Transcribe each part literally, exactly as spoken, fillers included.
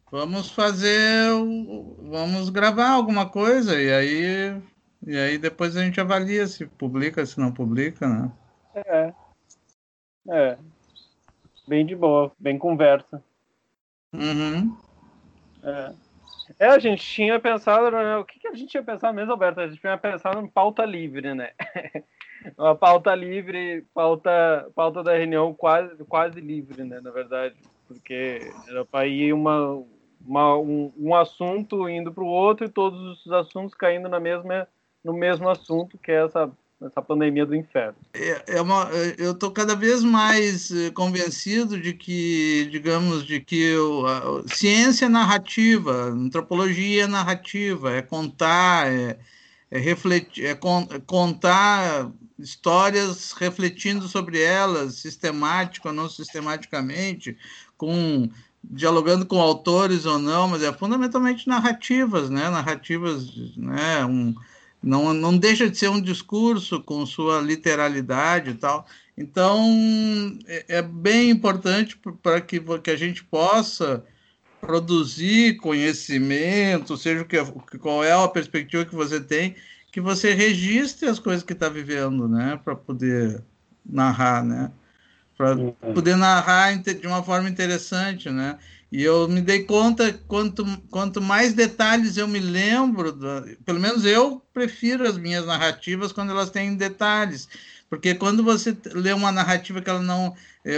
vamos fazer, o- vamos gravar alguma coisa e aí, e aí depois a gente avalia se publica, se não publica, né? É, é. Bem de boa, bem conversa. Uhum. É. É, a gente tinha pensado, né, o que, que a gente tinha pensado mesmo, Alberto? A gente tinha pensado em pauta livre, né? Uma pauta livre, pauta, pauta da reunião quase, quase livre, né, na verdade. Porque era para ir uma, uma, um, um assunto indo para o outro e todos os assuntos caindo na mesma, no mesmo assunto, que é essa, essa pandemia do inferno. É, é uma, eu estou cada vez mais eh, convencido de que, digamos, de que o, a, a ciência narrativa, antropologia narrativa, é contar, é, é refletir, é, con, é contar histórias refletindo sobre elas, sistemático ou não sistematicamente, com dialogando com autores ou não, mas é fundamentalmente narrativas, né? Narrativas, né? Um, não, não deixa de ser um discurso com sua literalidade e tal. Então, é, é bem importante para que, que a gente possa produzir conhecimento, seja o que, qual é a perspectiva que você tem, que você registre as coisas que está vivendo, né, para poder narrar, né, para Uhum. poder narrar de uma forma interessante, né. E eu me dei conta quanto quanto mais detalhes eu me lembro, da, pelo menos eu prefiro as minhas narrativas quando elas têm detalhes, porque quando você lê uma narrativa que ela não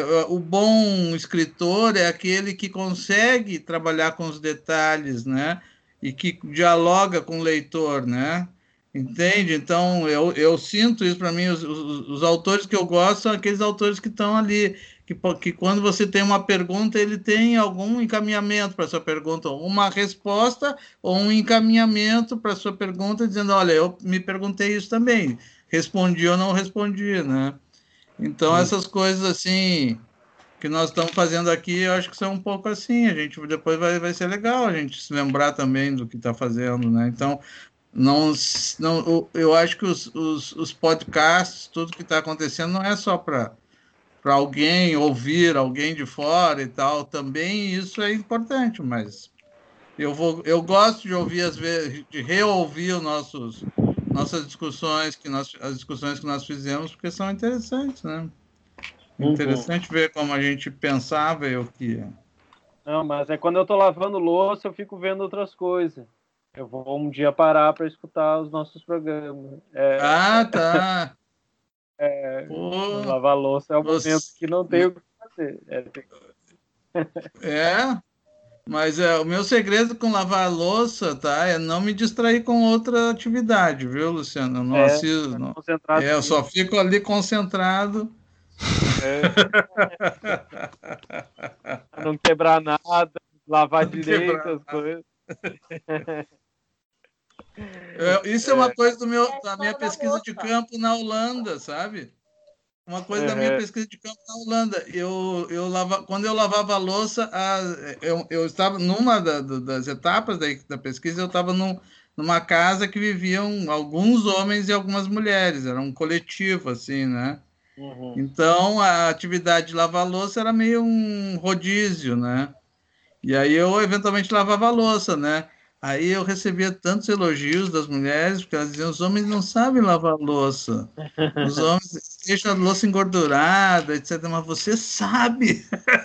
o bom escritor é aquele que consegue trabalhar com os detalhes, né? E que dialoga com o leitor, né? Entende? Então, eu, eu sinto isso para mim. Os, os, os autores que eu gosto são aqueles autores que estão ali, que, que quando você tem uma pergunta, ele tem algum encaminhamento para sua pergunta, uma resposta ou um encaminhamento para sua pergunta, dizendo: olha, eu me perguntei isso também, respondi ou não respondi, né? Então, Uhum. essas coisas assim que nós estamos fazendo aqui, eu acho que são um pouco assim. A gente depois vai, vai ser legal a gente se lembrar também do que está fazendo, né? Então, não, não, eu acho que os, os, os podcasts, tudo que está acontecendo, não é só para para alguém ouvir alguém de fora e tal. Também isso é importante, mas eu vou, eu gosto de ouvir às vezes, de reouvir os nossos nossas discussões que nós as discussões que nós fizemos porque são interessantes, né? Uhum. Interessante ver como a gente pensava e o que. Não, mas é quando eu tô lavando louça, eu fico vendo outras coisas. Eu vou um dia parar para escutar os nossos programas. É, Ah, tá. é, Pô, lavar louça é o momento você. que não tem o que fazer. É, tem- É, mas é, o meu segredo com lavar a louça, tá? É não me distrair com outra atividade, viu, Luciano? Eu não é, assisto. tá Não- concentrado É, eu só nisso. fico ali concentrado. É, pra não quebrar nada, lavar Não direito quebrar as nada. coisas. É, isso é uma É, coisa do meu, É da minha fora da pesquisa de louça. campo na Holanda, sabe? Uma coisa da minha é, pesquisa de campo na Holanda. Eu, eu lava, quando eu lavava a louça, a, eu, eu estava numa da, das etapas da, da pesquisa, eu estava num, numa casa que viviam alguns homens e algumas mulheres, era um coletivo, assim, né? uhum. Então, a atividade de lavar louça era meio um rodízio, né? E aí eu eventualmente lavava a louça, né? Aí eu recebia tantos elogios das mulheres, porque elas diziam, os homens não sabem lavar louça. Os homens deixam a louça engordurada, etcétera. Mas você sabe.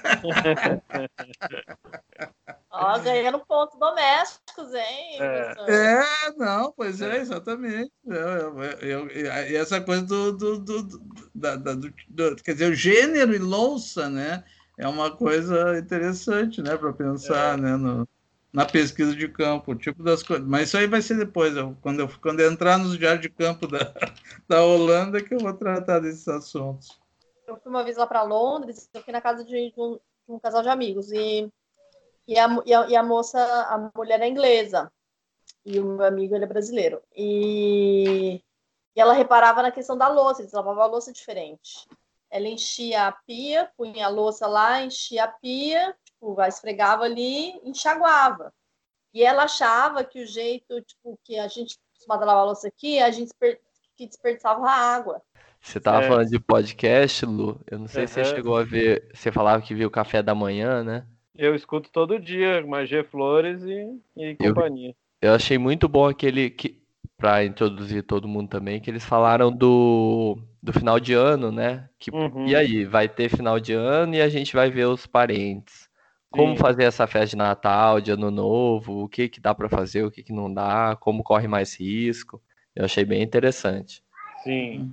Ó, ganhando pontos domésticos, hein, É, professor? É, não, pois é, é, exatamente. Eu, eu, eu- eu- e essa coisa do, do, do, do- da, da- do- do- quer dizer, o gênero e louça, né? É uma coisa interessante, né, para pensar, é. né, no, na pesquisa de campo, o tipo das coisas. Mas isso aí vai ser depois, eu- quando eu, quando eu entrar nos diários de campo da, da Holanda, que eu vou tratar desses assuntos. Eu fui uma vez lá para Londres, eu fui na casa de, de, um, de um casal de amigos e, e, a, e, a, e a moça, a mulher é inglesa e o meu amigo ele é brasileiro. E, e ela reparava na questão da louça, eles lavavam a louça diferente. Ela enchia a pia, punha a louça lá, enchia a pia, tipo, esfregava ali, enxaguava. E ela achava que o jeito, tipo, que a gente costumava lavar a louça aqui, a gente que desperdiçava a água. Você tava É, falando de podcast, Lu. Eu não sei se você aham. chegou a ver. Você falava que viu o café da manhã, né? Eu escuto todo dia, Magé Flores e, e Eu, companhia. eu achei muito bom aquele que, para introduzir todo mundo também, que eles falaram do, do final de ano, né? Que, Uhum, e aí, vai ter final de ano e a gente vai ver os parentes. Como sim, fazer essa festa de Natal, de Ano Novo, o que que dá para fazer, o que que não dá, como corre mais risco. Eu achei bem interessante. sim.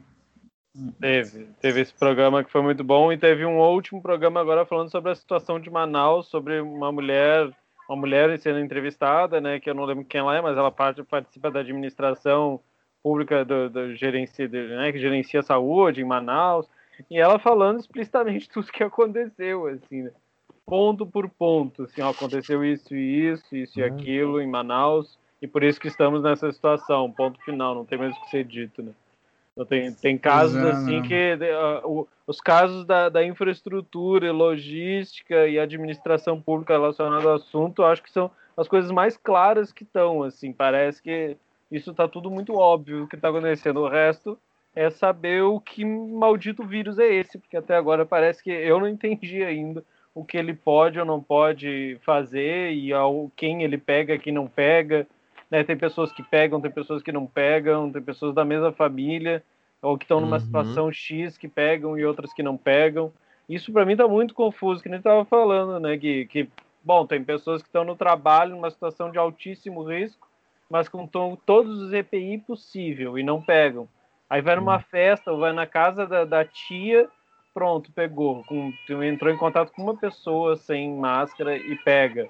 Teve. Teve esse programa que foi muito bom e teve um último programa agora falando sobre a situação de Manaus, sobre uma mulher, uma mulher sendo entrevistada, né? Que eu não lembro quem ela é, mas ela parte, participa da administração pública do, do gerencia, do, né, que gerencia a saúde em Manaus, e ela falando explicitamente tudo que aconteceu, assim, né? Ponto por ponto, assim, ó, aconteceu isso e isso, isso e aquilo em Manaus, e por isso que estamos nessa situação, ponto final, não tem mais o que ser dito, né? Então, tem, tem Pois casos é, assim né? que uh, o, os casos da, da infraestrutura, logística e administração pública relacionados ao assunto, eu acho que são as coisas mais claras que estão, assim, parece que isso está tudo muito óbvio o que está acontecendo. O resto é saber o que maldito vírus é esse, porque até agora parece que eu não entendi ainda o que ele pode ou não pode fazer e ao, quem ele pega, quem não pega. Né? Tem pessoas que pegam, tem pessoas que não pegam, tem pessoas da mesma família ou que estão numa Uhum. situação X que pegam e outras que não pegam. Isso para mim está muito confuso, que nem estava falando, né? Que, que, bom, tem pessoas que estão no trabalho numa situação de altíssimo risco, mas com tom, todos os E P I possível e não pegam. Aí vai numa festa ou vai na casa da, da tia, pronto, pegou. Com, entrou em contato com uma pessoa sem máscara e pega.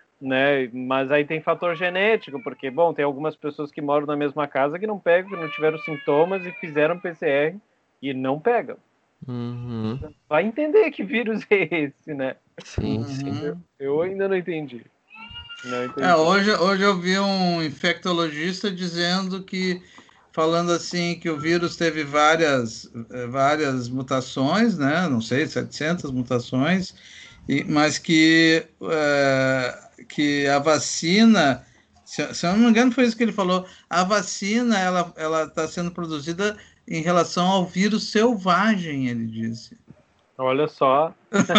Né? Mas aí tem fator genético, porque, bom, tem algumas pessoas que moram na mesma casa que não pegam, que não tiveram sintomas e fizeram P C R e não pegam. Uhum. Vai entender que vírus é esse, né? Sim, sim. Uhum. Eu, eu ainda não entendi. Não entendi. É, hoje, hoje eu vi um infectologista dizendo que, falando assim, que o vírus teve várias, eh, várias mutações, né? Não sei, setecentas mutações, e, mas que, eh, que a vacina, se, se eu não me engano, foi isso que ele falou, a vacina ela ela está sendo produzida em relação ao vírus selvagem, ele disse. Olha só.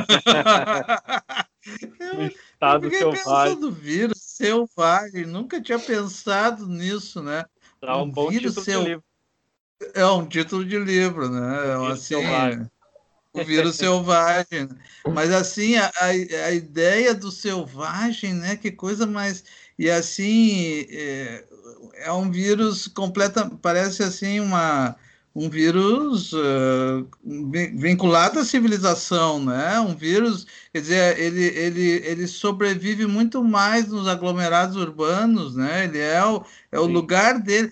O Eu, eu estado fiquei selvagem. pensando, vírus selvagem, nunca tinha pensado nisso, né? Dá um Um bom vírus título de seu livro. é um título de livro, né? O É vírus selvagem. assim, o vírus selvagem. Mas assim, a, a, a ideia do selvagem, né? Que coisa mais. E assim, é, é um vírus completa, parece assim uma um vírus uh, vinculado à civilização, né? Um vírus, quer dizer, ele, ele, ele sobrevive muito mais nos aglomerados urbanos, né? Ele é o, é o lugar dele.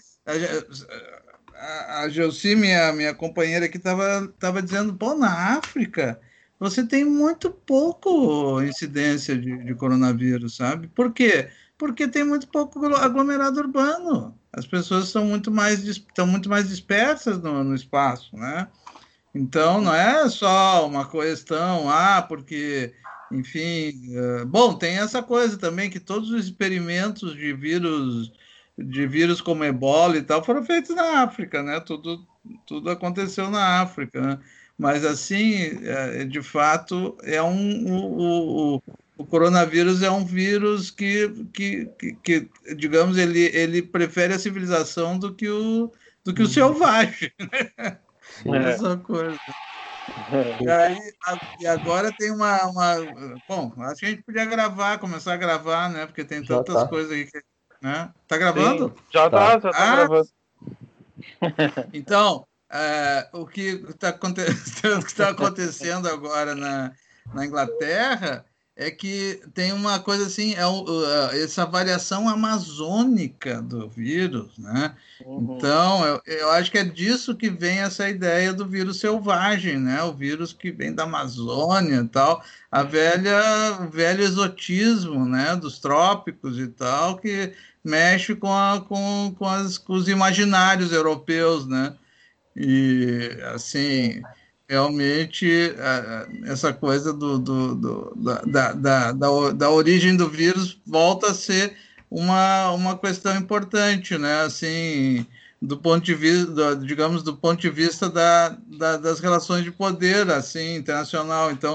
A, a Gelsi, minha, minha companheira aqui, estava tava dizendo, pô, na África você tem muito pouco incidência de, de coronavírus, sabe? Por quê? Porque tem muito pouco aglomerado urbano. As pessoas estão muito mais, estão muito mais dispersas no, no espaço, né? Então, não é só uma questão, ah, porque, enfim... Uh, bom, tem essa coisa também, que todos os experimentos de vírus, de vírus como ebola e tal, foram feitos na África, né? Tudo, tudo aconteceu na África, né? Mas, assim, de fato, é um... O, o, o coronavírus é um vírus que, que, que, que, digamos, ele, ele prefere a civilização do que o, do que o selvagem, né? Essa coisa. E, aí, a, e agora tem uma, uma. Bom, acho que a gente podia gravar, começar a gravar, né? Porque tem Já tantas tá. coisas aí. Que, né? Tá gravando? Sim, já tá, Tá. já tá Ah, gravando. então, é, o que está acontecendo, que tá acontecendo agora na, na Inglaterra é que tem uma coisa assim, é um, uh, essa variação amazônica do vírus, né? Uhum. Então, eu, eu acho que é disso que vem essa ideia do vírus selvagem, né? O vírus que vem da Amazônia e tal, a velha, o velho exotismo, né? Dos trópicos e tal, que mexe com, a, com, com, as, com os imaginários europeus, né? E, assim, realmente, essa coisa do, do, do, da, da, da, da origem do vírus volta a ser uma, uma questão importante, né? Assim, do ponto de vista, digamos, do ponto de vista da, da, das relações de poder, assim, internacional. Então,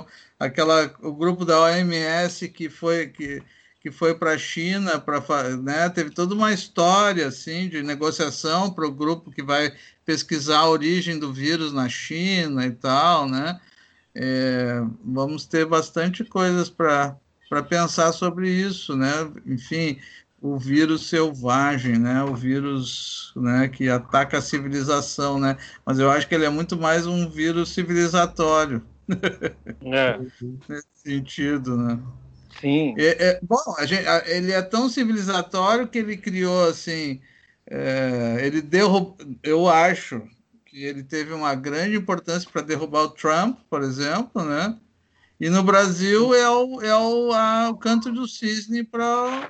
aquela, o grupo da O M S que foi, que, que foi para a China, pra, né, teve toda uma história assim, de negociação para o grupo que vai pesquisar a origem do vírus na China e tal, né? É, vamos ter bastante coisas para para pensar sobre isso, né? Enfim, o vírus selvagem, né? O vírus, né, que ataca a civilização, né? Mas eu acho que ele é muito mais um vírus civilizatório. É. Nesse sentido, né? Sim. É, é, bom, a gente, a, ele é tão civilizatório que ele criou assim, é, ele derrubou, eu acho que ele teve uma grande importância para derrubar o Trump, por exemplo, né? E no Brasil é o, é o, a, o canto do cisne para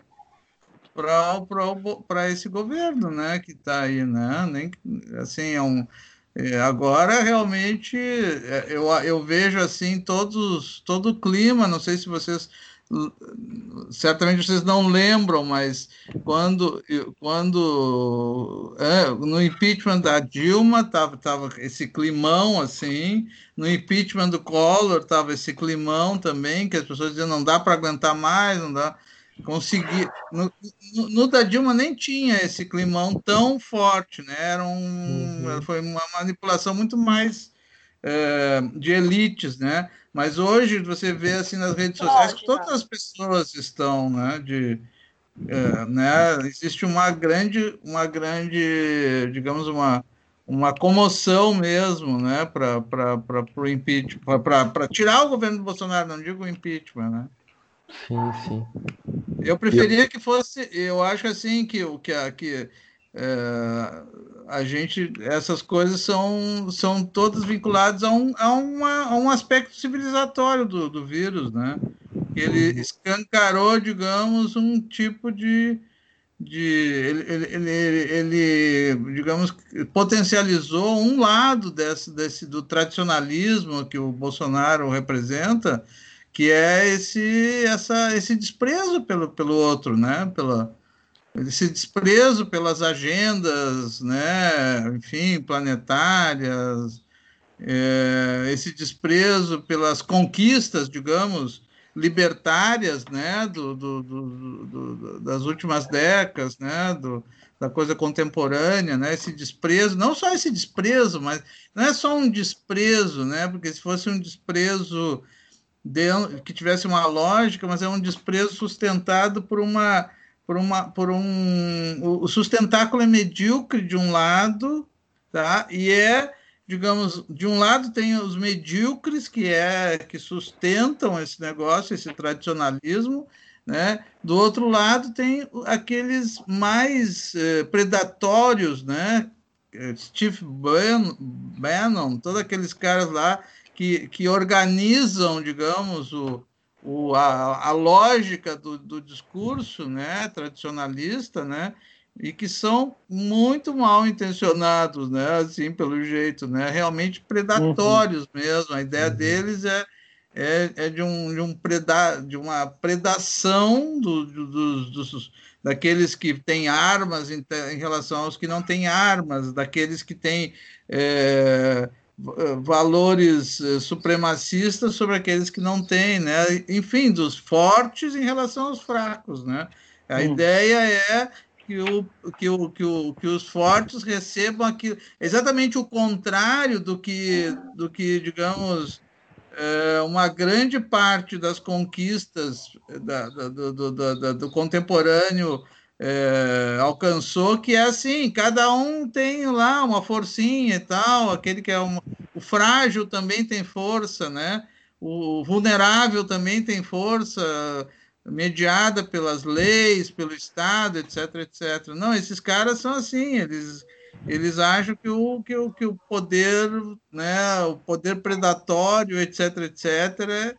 para esse governo, né, que está aí, né? Nem, assim, é um, é, agora realmente é, eu, eu vejo assim todos, todo o clima, não sei se vocês certamente vocês não lembram, mas quando, quando é, no impeachment da Dilma tava, tava esse climão assim, no impeachment do Collor tava esse climão também, que as pessoas diziam não dá para aguentar mais, não dá conseguir. No, no, no da Dilma nem tinha esse climão tão forte, né? Era um, uhum. Foi uma manipulação muito mais é, de elites, né? Mas hoje você vê assim nas redes sociais que todas as pessoas estão, né? De, é, né? Existe uma grande, uma grande, digamos uma uma comoção mesmo, né? Para para o impeachment, para tirar o governo do Bolsonaro, não digo o impeachment, né? Sim, sim. Eu preferia que fosse, eu acho assim que o que, que é, a gente, essas coisas são, são todas vinculadas a um, a, uma, a um aspecto civilizatório do, do vírus, né? Ele escancarou, digamos, um tipo de, de ele, ele, ele, ele, digamos, potencializou um lado desse, desse do tradicionalismo que o Bolsonaro representa, que é esse, essa, esse desprezo pelo, pelo outro, né? Pela, esse desprezo pelas agendas, né? Enfim, planetárias, é, esse desprezo pelas conquistas, digamos, libertárias, né? Do, do, do, do, das últimas décadas, né? Do, da coisa contemporânea, né? Esse desprezo, não só esse desprezo, mas não é só um desprezo, né? Porque se fosse um desprezo de, que tivesse uma lógica, mas é um desprezo sustentado por uma, por uma, por um, o sustentáculo é medíocre de um lado, tá? E é, digamos, de um lado tem os medíocres que é que sustentam esse negócio, esse tradicionalismo, né? Do outro lado tem aqueles mais eh, predatórios, né? Steve Bannon, todos aqueles caras lá que, que organizam, digamos, o, o, a, a lógica do, do discurso, né, tradicionalista, né, e que são muito mal intencionados, né, assim, pelo jeito, né, realmente predatórios uhum. mesmo. A ideia uhum. deles é, é, é de, um, de, um preda, de uma predação do, do, dos, dos, daqueles que têm armas em, em relação aos que não têm armas, daqueles que têm é, valores supremacistas sobre aqueles que não têm, né? Enfim, dos fortes em relação aos fracos, né? A hum. ideia é que, o, que, o, que, o, que os fortes recebam aquilo, exatamente o contrário do que, do que digamos, é, uma grande parte das conquistas da, da, do, do, do, do contemporâneo É, alcançou, que é assim, cada um tem lá uma forcinha e tal, aquele que é um, o frágil também tem força, né? O vulnerável também tem força mediada pelas leis, pelo Estado, etc, etcétera. Não, esses caras são assim, eles, eles acham que o, que, o, que o poder, né, o poder predatório, etc, etcétera,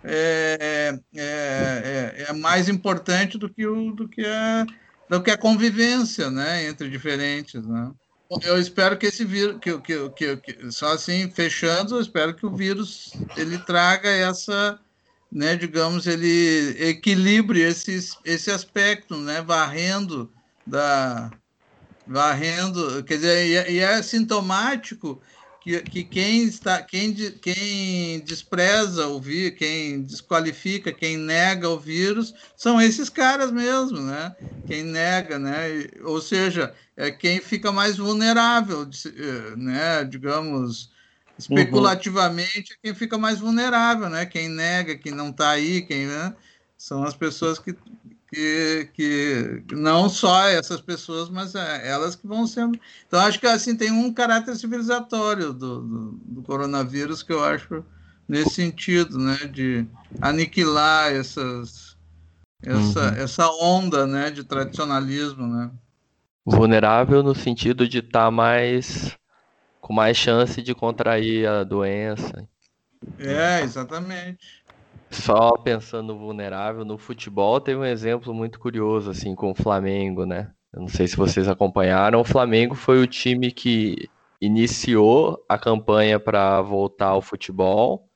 é, é, é, é mais importante do que, o, do que a do que a convivência, né, entre diferentes, né? Eu espero que esse vírus, que, que, que, que só assim fechando, eu espero que o vírus ele traga essa, né, digamos, ele equilibre esses, esse aspecto, né, varrendo da, varrendo, quer dizer, e é, e é sintomático que, que quem está, quem, quem despreza o vírus, quem desqualifica, quem nega o vírus, são esses caras mesmo, né? Quem nega, né? Ou seja, é quem fica mais vulnerável, né? Digamos, especulativamente, é quem fica mais vulnerável, né? Quem nega, quem não está aí, quem, né? São as pessoas que Que, que não só essas pessoas, mas é, elas que vão sendo. Então, acho que assim tem um caráter civilizatório do, do, do coronavírus que eu acho nesse sentido, né, de aniquilar essas, essa, Uhum. essa onda, né, de tradicionalismo, né. Vulnerável no sentido de estar mais com mais chance de contrair a doença. É, exatamente. Só pensando vulnerável, no futebol teve um exemplo muito curioso, assim, com o Flamengo, né? Eu não sei se vocês acompanharam. O Flamengo foi o time que iniciou a campanha para voltar ao futebol.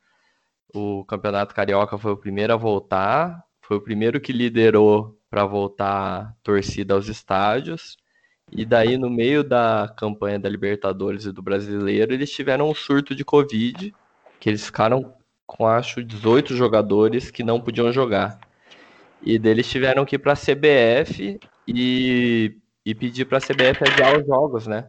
O Campeonato Carioca foi o primeiro a voltar. Foi o primeiro que liderou para voltar a torcida aos estádios. E daí, no meio da campanha da Libertadores e do Brasileiro, eles tiveram um surto de Covid, que eles ficaram com, acho, dezoito jogadores que não podiam jogar. E deles tiveram que ir para a C B F e, e pedir para a C B F adiar os jogos, né?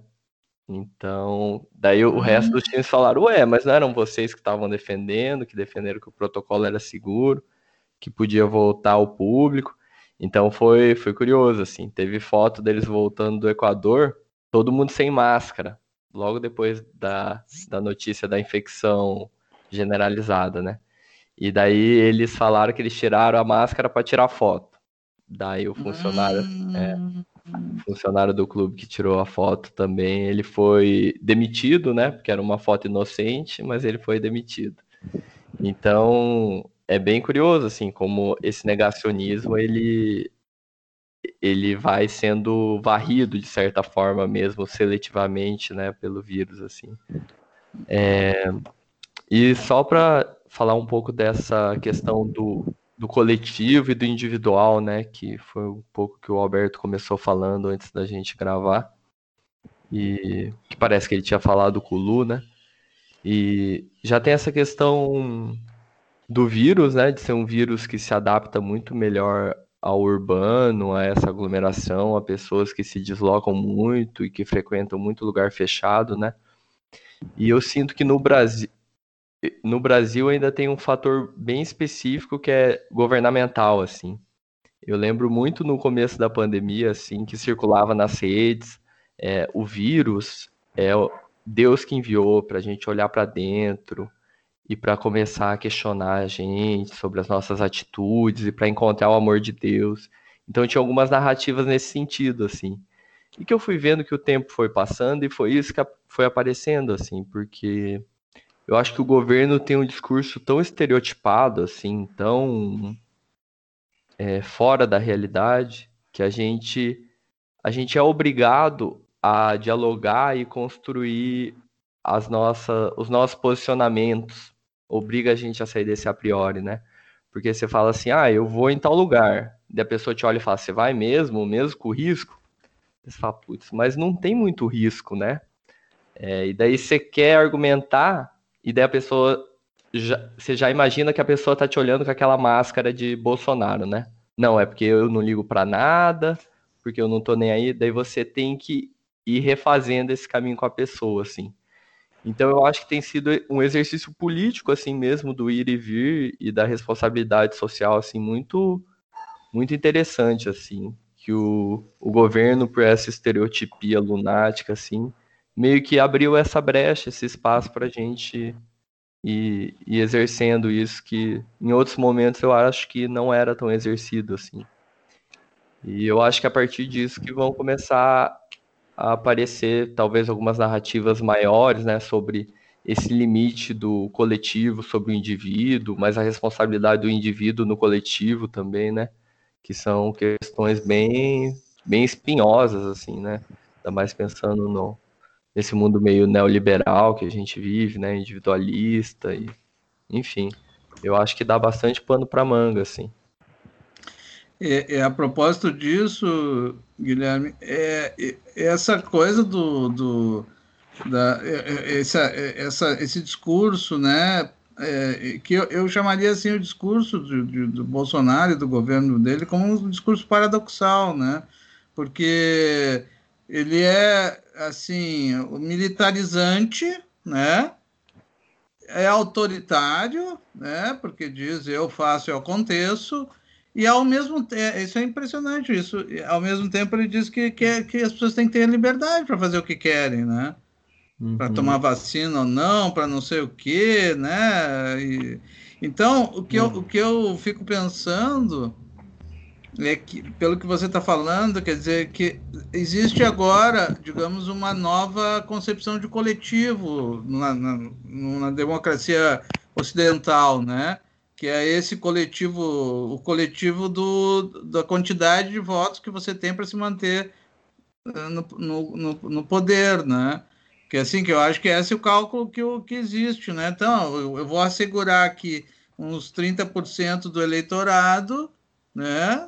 Então, daí o resto dos times falaram, ué, mas não eram vocês que estavam defendendo, que defenderam que o protocolo era seguro, que podia voltar ao público. Então foi, foi curioso, assim, teve foto deles voltando do Equador, todo mundo sem máscara, logo depois da, da notícia da infecção generalizada, né? E daí eles falaram que eles tiraram a máscara para tirar foto. Daí o funcionário, é, o funcionário do clube que tirou a foto também, ele foi demitido, né? Porque era uma foto inocente, mas ele foi demitido. Então, é bem curioso, assim, como esse negacionismo, ele, ele vai sendo varrido, de certa forma mesmo, seletivamente, né, pelo vírus, assim. É, e só para falar um pouco dessa questão do, do coletivo e do individual, né, que foi um pouco que o Alberto começou falando antes da gente gravar, e que parece que ele tinha falado com o Lu, né, e já tem essa questão do vírus, né, de ser um vírus que se adapta muito melhor ao urbano, a essa aglomeração, a pessoas que se deslocam muito e que frequentam muito lugar fechado, né? E eu sinto que no Brasil, no Brasil ainda tem um fator bem específico que é governamental, assim. Eu lembro muito no começo da pandemia, assim, que circulava nas redes, é, o vírus é Deus que enviou para a gente olhar para dentro, e para começar a questionar a gente sobre as nossas atitudes e para encontrar o amor de Deus. Então tinha algumas narrativas nesse sentido, assim. E que eu fui vendo que o tempo foi passando e foi isso que foi aparecendo, assim, porque eu acho que o governo tem um discurso tão estereotipado, assim, tão é, fora da realidade, que a gente, a gente é obrigado a dialogar e construir as nossas, os nossos posicionamentos, obriga a gente a sair desse a priori, né? Porque você fala assim, ah, eu vou em tal lugar. Daí a pessoa te olha e fala, você vai mesmo, mesmo com risco? Você fala, putz, mas não tem muito risco, né? É, e daí você quer argumentar, e daí a pessoa, já, você já imagina que a pessoa tá te olhando com aquela máscara de Bolsonaro, né? Não, é porque eu não ligo pra nada, porque eu não tô nem aí. Daí você tem que ir refazendo esse caminho com a pessoa, assim. Então eu acho que tem sido um exercício político assim mesmo do ir e vir e da responsabilidade social assim muito muito interessante assim, que o, o governo por essa estereotipia lunática assim, meio que abriu essa brecha, esse espaço para a gente ir, ir exercendo isso que em outros momentos eu acho que não era tão exercido assim. E eu acho que a partir disso que vão começar a aparecer talvez algumas narrativas maiores, né, sobre esse limite do coletivo sobre o indivíduo, mas a responsabilidade do indivíduo no coletivo também, né, que são questões bem, bem espinhosas, assim, né, ainda mais pensando no, nesse mundo meio neoliberal que a gente vive, né, individualista, e, enfim, eu acho que dá bastante pano para manga, assim. É, é, a propósito disso, Guilherme, é, é essa coisa do, do, da, essa, essa, esse discurso, né, é, que eu, eu chamaria assim o discurso do, do, do Bolsonaro e do governo dele como um discurso paradoxal, né, porque ele é assim militarizante, né, é autoritário, né, porque diz eu faço, eu aconteço, e ao mesmo tempo, isso é impressionante, isso, ao mesmo tempo ele diz que, que, que as pessoas têm que ter liberdade para fazer o que querem, né, para Uhum. tomar vacina ou não, para não sei o quê, né, e, então, o que, eu, o que eu fico pensando é que, pelo que você está falando, quer dizer que existe agora, digamos, uma nova concepção de coletivo na, na, na democracia ocidental, né? Que é esse coletivo, o coletivo do, da quantidade de votos que você tem para se manter no, no, no, no poder, né? Que assim, que eu acho que esse é o cálculo que, que existe, né? Então, eu, eu vou assegurar que uns trinta por cento do eleitorado, né?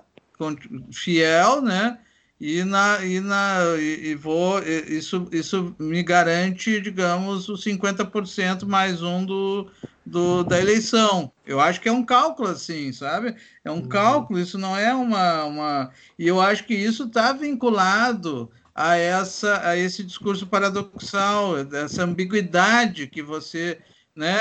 Fiel, né? E, na, e, na, e, e vou, isso, isso me garante, digamos, os cinquenta por cento mais um do, do, da eleição. Eu acho que é um cálculo assim, sabe? É um uhum. cálculo, isso não é uma, uma... E eu acho que isso está vinculado a, essa, a esse discurso paradoxal, essa ambiguidade que você... Né?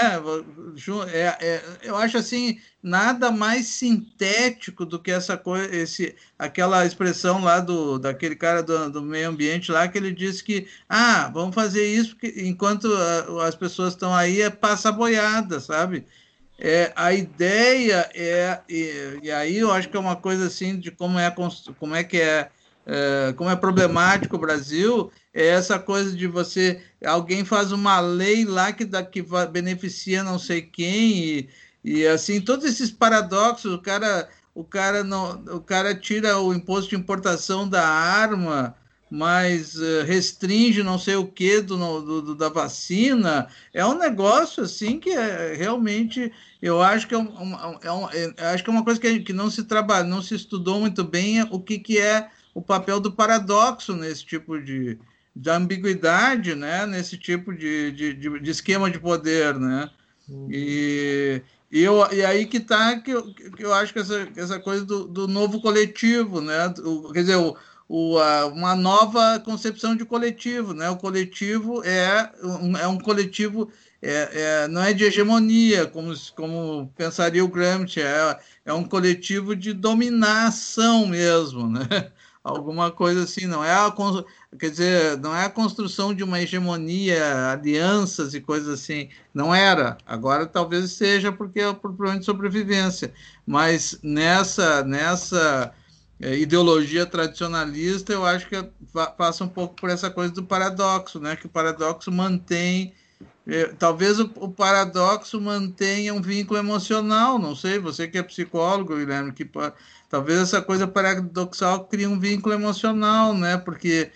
É, é, eu acho assim nada mais sintético do que essa coisa, esse, aquela expressão lá do daquele cara do, do meio ambiente lá que ele disse que ah, vamos fazer isso porque enquanto a, as pessoas estão aí é passa boiada, sabe? É, a ideia é e, e aí eu acho que é uma coisa assim de como é como é que é, é como é problemático o Brasil. É essa coisa de você... Alguém faz uma lei lá que, dá, que beneficia não sei quem e, e assim, todos esses paradoxos, o cara, o, cara não, o cara tira o imposto de importação da arma, mas uh, restringe não sei o que do, do, do, da vacina. É um negócio assim que é, realmente... Eu acho que é, um, é, um, é, acho que é uma coisa que, que não se trabalha, não se estudou muito bem o que, que é o papel do paradoxo nesse tipo de... da ambiguidade, né, nesse tipo de, de, de esquema de poder, né, uhum. e, e, eu, e aí que está que eu, que eu acho que essa, essa coisa do, do novo coletivo, né, o, quer dizer, o, o, a, uma nova concepção de coletivo, né, o coletivo é um, é um coletivo, é, é, não é de hegemonia, como, como pensaria o Gramsci, é, é um coletivo de dominação mesmo, né, alguma coisa assim, não é a, quer dizer, não é a construção de uma hegemonia, alianças e coisas assim, não era, agora talvez seja porque é por problema de sobrevivência, mas nessa, nessa é, ideologia tradicionalista, eu acho que passa um pouco por essa coisa do paradoxo, né, que o paradoxo mantém, é, talvez o, o paradoxo mantenha um vínculo emocional, não sei, você que é psicólogo, Guilherme, que talvez essa coisa paradoxal crie um vínculo emocional, né? Porque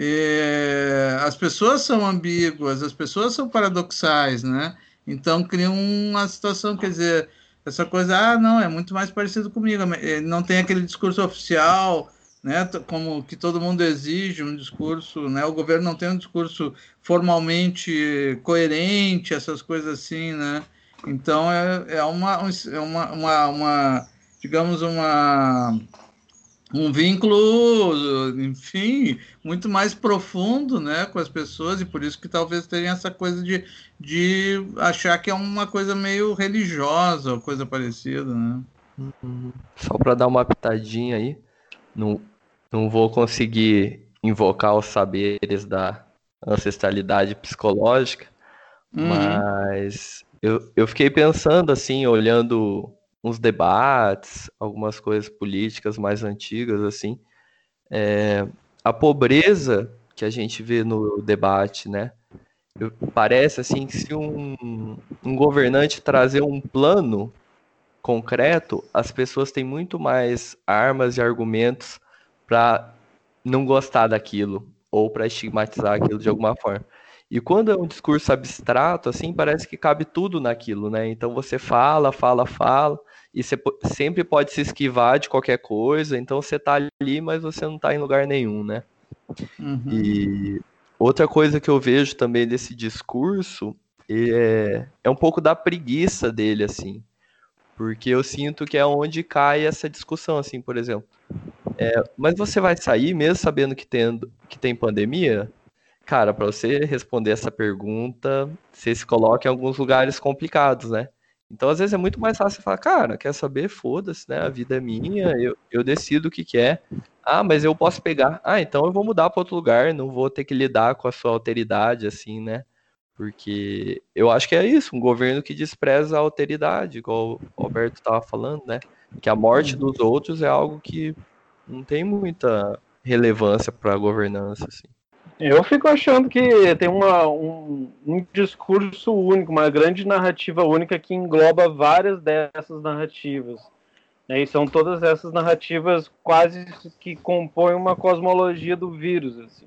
é, as pessoas são ambíguas, as pessoas são paradoxais, né? Então cria uma situação, quer dizer, essa coisa, ah, não, é muito mais parecido comigo, não tem aquele discurso oficial, né? Como que todo mundo exige um discurso, né? O governo não tem um discurso formalmente coerente, essas coisas assim, né? Então é, é uma, é uma, uma, uma digamos, uma, um vínculo, enfim, muito mais profundo, né, com as pessoas, e por isso que talvez tenha essa coisa de, de achar que é uma coisa meio religiosa, ou coisa parecida, né? Uhum. Só para dar uma pitadinha aí, não, não vou conseguir invocar os saberes da ancestralidade psicológica, uhum. mas eu, eu fiquei pensando assim, olhando uns debates, algumas coisas políticas mais antigas, assim, é, a pobreza que a gente vê no debate, né? Eu, parece assim que se um, um governante trazer um plano concreto, as pessoas têm muito mais armas e argumentos para não gostar daquilo ou para estigmatizar aquilo de alguma forma. E quando é um discurso abstrato, assim, parece que cabe tudo naquilo, né? Então você fala, fala, fala, e você sempre pode se esquivar de qualquer coisa, então você tá ali, mas você não tá em lugar nenhum, né? Uhum. E outra coisa que eu vejo também desse discurso é, é um pouco da preguiça dele, assim. Porque eu sinto que é onde cai essa discussão, assim, por exemplo. É, mas você vai sair mesmo sabendo que tem, que tem pandemia? Cara, para você responder essa pergunta, você se coloca em alguns lugares complicados, né? Então, às vezes, é muito mais fácil falar, cara, quer saber? Foda-se, né? A vida é minha, eu, eu decido o que que é. Ah, mas eu posso pegar. Ah, então eu vou mudar para outro lugar, não vou ter que lidar com a sua alteridade, assim, né? Porque eu acho que é isso, um governo que despreza a alteridade, igual o Alberto estava falando, né? Que a morte Uhum. dos outros é algo que não tem muita relevância para a governança, assim. Eu fico achando que tem uma, um, um discurso único, uma grande narrativa única que engloba várias dessas narrativas. Né? E são todas essas narrativas quase que compõem uma cosmologia do vírus. Assim.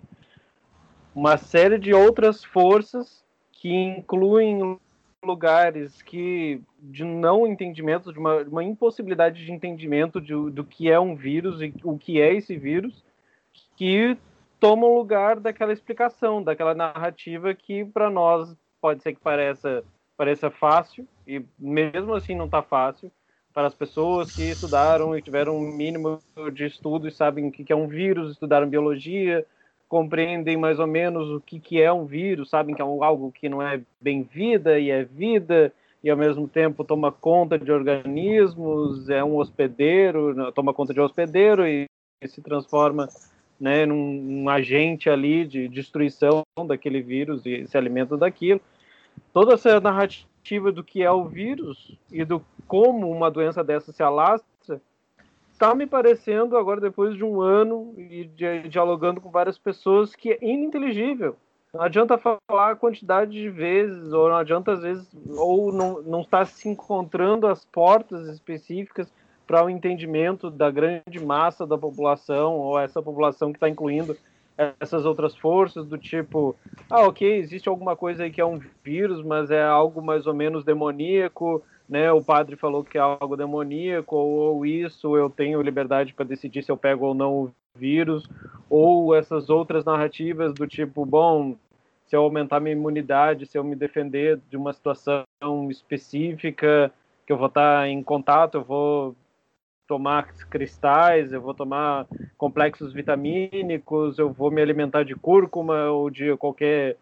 Uma série de outras forças que incluem lugares que de não entendimento, de uma, de uma impossibilidade de entendimento de, do que é um vírus e o que é esse vírus, que tomam lugar daquela explicação, daquela narrativa que para nós pode ser que pareça, pareça fácil, e mesmo assim não está fácil, para as pessoas que estudaram e tiveram um mínimo de estudo e sabem o que é um vírus, estudaram biologia, compreendem mais ou menos o que é um vírus, sabem que é algo que não é bem vida e é vida, e ao mesmo tempo toma conta de organismos, é um hospedeiro, toma conta de um hospedeiro e se transforma, né, num, num agente ali de destruição daquele vírus e se alimenta daquilo. Toda essa narrativa do que é o vírus e do como uma doença dessa se alastra está me parecendo, agora depois de um ano e de, dialogando com várias pessoas, que é ininteligível. Não adianta falar a quantidade de vezes, ou não adianta às vezes, ou não, não está se encontrando as portas específicas para o entendimento da grande massa da população, ou essa população que está incluindo essas outras forças, do tipo, ah, ok, existe alguma coisa aí que é um vírus, mas é algo mais ou menos demoníaco, né? O padre falou que é algo demoníaco, ou, ou isso, eu tenho liberdade para decidir se eu pego ou não o vírus, ou essas outras narrativas do tipo, bom, se eu aumentar minha imunidade, se eu me defender de uma situação específica, que eu vou estar em contato, eu vou tomar cristais, eu vou tomar complexos vitamínicos, eu vou me alimentar de cúrcuma ou de qualquer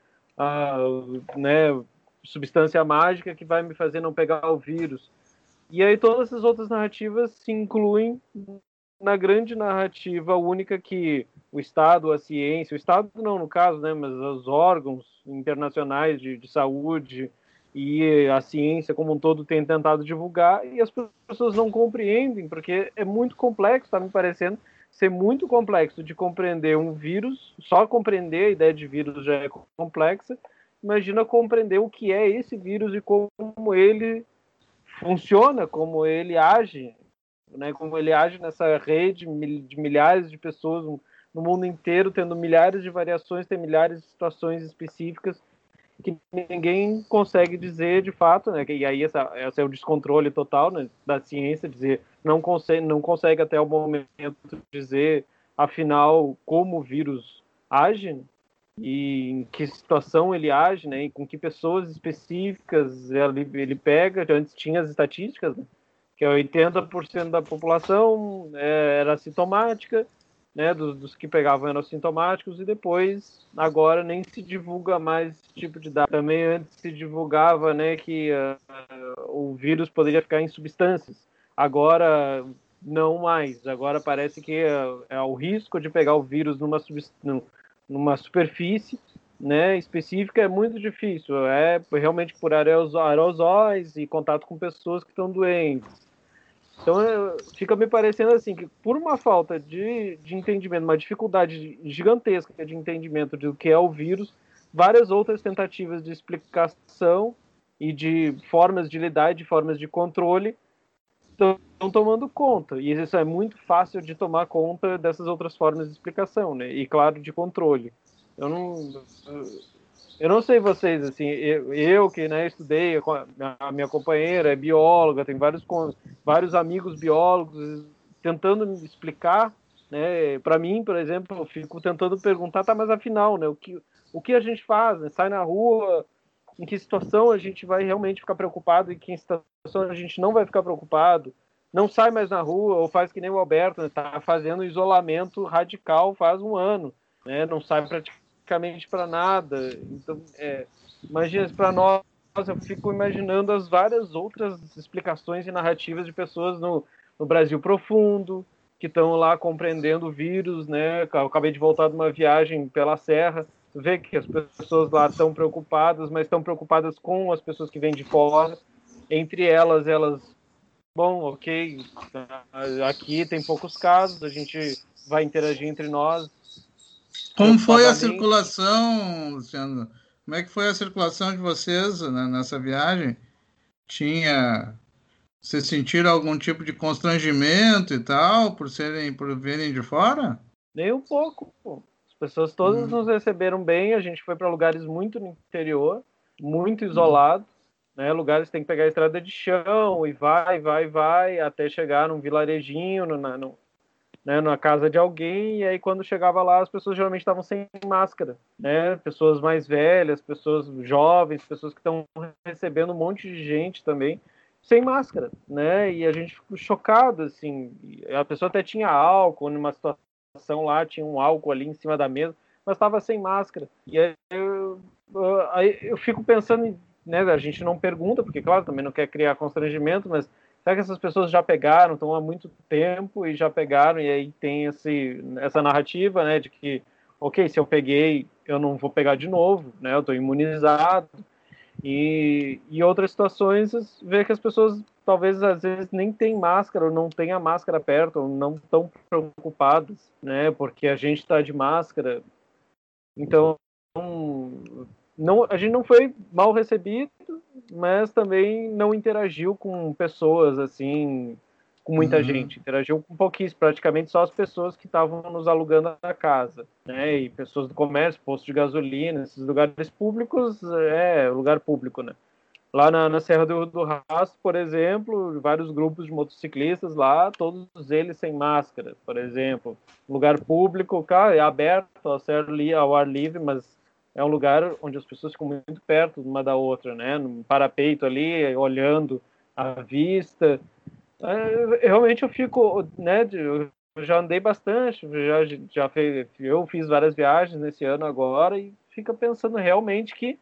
uh, né, substância mágica que vai me fazer não pegar o vírus. E aí todas essas outras narrativas se incluem na grande narrativa única que o Estado, a ciência, o Estado não no caso, né, mas os órgãos internacionais de, de saúde e a ciência como um todo tem tentado divulgar, e as pessoas não compreendem, porque é muito complexo, está me parecendo ser muito complexo de compreender um vírus, só compreender a ideia de vírus já é complexa, imagina compreender o que é esse vírus e como ele funciona, como ele age, né, como ele age nessa rede de milhares de pessoas no mundo inteiro, tendo milhares de variações, tem milhares de situações específicas que ninguém consegue dizer de fato, né? E aí essa, esse é o descontrole total, né, da ciência, dizer não consegue, não consegue até o momento dizer, afinal, como o vírus age e em que situação ele age, né? E com que pessoas específicas ele, ele pega. Antes tinha as estatísticas, né, que oitenta por cento da população é, era assintomática, né, dos, dos que pegavam eram sintomáticos, e depois, agora, nem se divulga mais esse tipo de dado. Também antes se divulgava, né, que uh, o vírus poderia ficar em substâncias. Agora, não mais. Agora parece que uh, é o risco de pegar o vírus numa, numa superfície, né, específica é muito difícil. É realmente por aerosóis e contato com pessoas que estão doentes. Então, fica me parecendo assim, que por uma falta de, de entendimento, uma dificuldade gigantesca de entendimento do que é o vírus, várias outras tentativas de explicação e de formas de lidar, de formas de controle, estão tomando conta. E isso é muito fácil de tomar conta dessas outras formas de explicação, né? E, claro, de controle. Eu não... Eu não sei vocês, assim, eu, eu que, né, estudei, a minha companheira é bióloga, tem vários, vários amigos biólogos tentando me explicar né? Para mim, por exemplo, eu fico tentando perguntar, tá, mas afinal, né, o que, o que a gente faz? Né? Sai na rua, em que situação a gente vai realmente ficar preocupado e em que situação a gente não vai ficar preocupado? Não sai mais na rua, ou faz que nem o Alberto, está né, fazendo isolamento radical faz um ano, né? Não sai praticamente para nada. Então, é, imagina, para nós, eu fico imaginando as várias outras explicações e narrativas de pessoas no, no Brasil profundo, que estão lá compreendendo o vírus, né? Eu acabei de voltar de uma viagem pela Serra, tu vê que as pessoas lá estão preocupadas, mas estão preocupadas com as pessoas que vêm de fora. Entre elas, elas, bom, ok, aqui tem poucos casos, a gente vai interagir entre nós. Como foi a circulação, Luciano? Como é que foi a circulação de vocês, né, nessa viagem? Tinha... Vocês sentiram algum tipo de constrangimento e tal, por serem, por virem de fora? Nem um pouco, pô. As pessoas todas hum. nos receberam bem, a gente foi para lugares muito no interior, muito isolado, hum. né? Lugares que tem que pegar a estrada de chão e vai, vai, vai, até chegar num vilarejinho, no, no, né, na casa de alguém, e aí quando chegava lá, as pessoas geralmente estavam sem máscara, né? Pessoas mais velhas, pessoas jovens, pessoas que estão recebendo um monte de gente também, sem máscara, né? E a gente ficou chocado, assim, a pessoa até tinha álcool, numa situação lá, tinha um álcool ali em cima da mesa, mas estava sem máscara. E aí eu, aí eu fico pensando, né, a gente não pergunta, porque, claro, também não quer criar constrangimento, mas será que essas pessoas já pegaram, estão há muito tempo e já pegaram, e aí tem esse, essa narrativa, né, de que, ok, se eu peguei, eu não vou pegar de novo, né, eu estou imunizado. E, e outras situações, ver que as pessoas talvez às vezes nem tem máscara, ou não tem a máscara perto, ou não estão preocupadas, né, porque a gente está de máscara. Então, não, a gente não foi mal recebido, mas também não interagiu com pessoas, assim, com muita uhum. gente. Interagiu com pouquíssimo, praticamente só as pessoas que estavam nos alugando a casa, né? E pessoas do comércio, posto de gasolina, esses lugares públicos, é lugar público, né? Lá na, na Serra do, do Rastro, por exemplo, vários grupos de motociclistas lá, todos eles sem máscara, por exemplo. Lugar público, cara, é aberto ao, céu, ao ar livre, mas é um lugar onde as pessoas ficam muito perto uma da outra, né? No parapeito ali, olhando a vista. É, realmente eu fico, né? Eu já andei bastante, já, já fez, eu fiz várias viagens nesse ano agora e fica pensando realmente que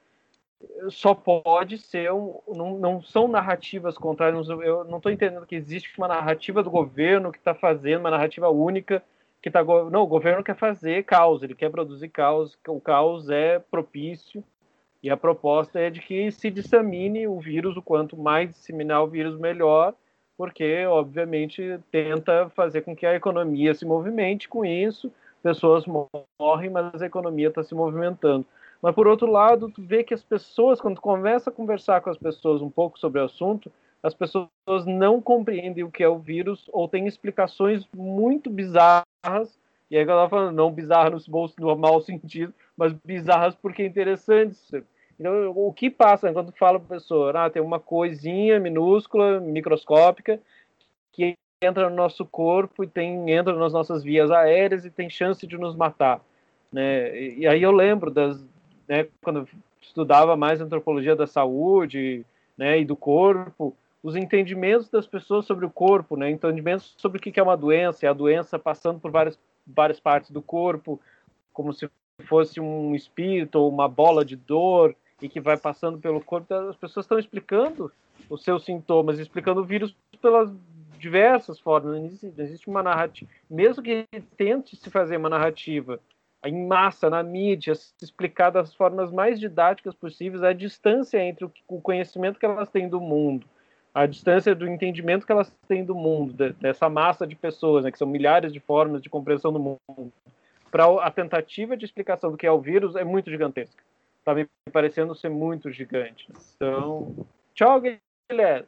só pode ser um, não, não são narrativas contrárias. Eu não estou entendendo que existe uma narrativa do governo que está fazendo uma narrativa única que tá, não, o governo quer fazer caos, ele quer produzir caos, o caos é propício e a proposta é de que se dissemine o vírus, o quanto mais disseminar o vírus melhor, porque obviamente tenta fazer com que a economia se movimente com isso, pessoas morrem, mas a economia está se movimentando. Mas, por outro lado, tu vê que as pessoas, quando tu começa a conversar com as pessoas um pouco sobre o assunto, as pessoas não compreendem o que é o vírus ou têm explicações muito bizarras, e aí eu estava falando, não bizarras no, no mau sentido, mas bizarras porque interessantes. Então, o que passa quando tu fala para a pessoa, ah, tem uma coisinha minúscula, microscópica, que entra no nosso corpo e tem, entra nas nossas vias aéreas e tem chance de nos matar. Né? E, e aí eu lembro das... Né, quando eu estudava mais antropologia da saúde, né, e do corpo, os entendimentos das pessoas sobre o corpo, né, entendimentos sobre o que é uma doença, e a doença passando por várias, várias partes do corpo, como se fosse um espírito ou uma bola de dor, e que vai passando pelo corpo. As pessoas estão explicando os seus sintomas, explicando o vírus pelas diversas formas. Não existe, não existe uma narrativa. Mesmo que tente se fazer uma narrativa em massa, na mídia, se explicar das formas mais didáticas possíveis a distância entre o conhecimento que elas têm do mundo, a distância do entendimento que elas têm do mundo, dessa massa de pessoas, né, que são milhares de formas de compreensão do mundo, para a tentativa de explicação do que é o vírus é muito gigantesca. Está me parecendo ser muito gigante. Então, tchau, Guilherme.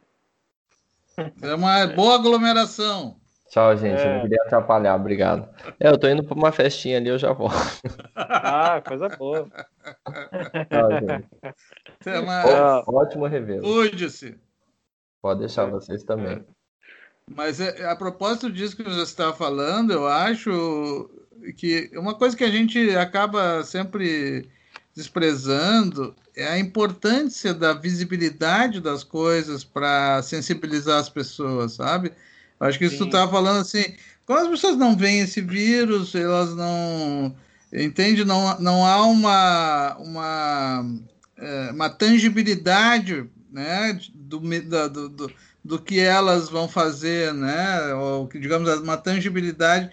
É uma boa aglomeração. Tchau, gente. É. Eu não queria atrapalhar, obrigado. É, eu tô indo para uma festinha ali, eu já volto. Ah, coisa boa. Tchau, gente. Até mais. Ótimo revê-lo. Cuide-se. Pode deixar vocês também. Mas é, a propósito disso que você estava falando, eu acho que uma coisa que a gente acaba sempre desprezando é a importância da visibilidade das coisas para sensibilizar as pessoas, sabe? Eu acho que isso tu Sim. estava falando assim, quando as pessoas não veem esse vírus, elas não... Entende? Não, não há uma, uma, é, uma tangibilidade, né, do, do, do, do que elas vão fazer, né? Ou, digamos, uma tangibilidade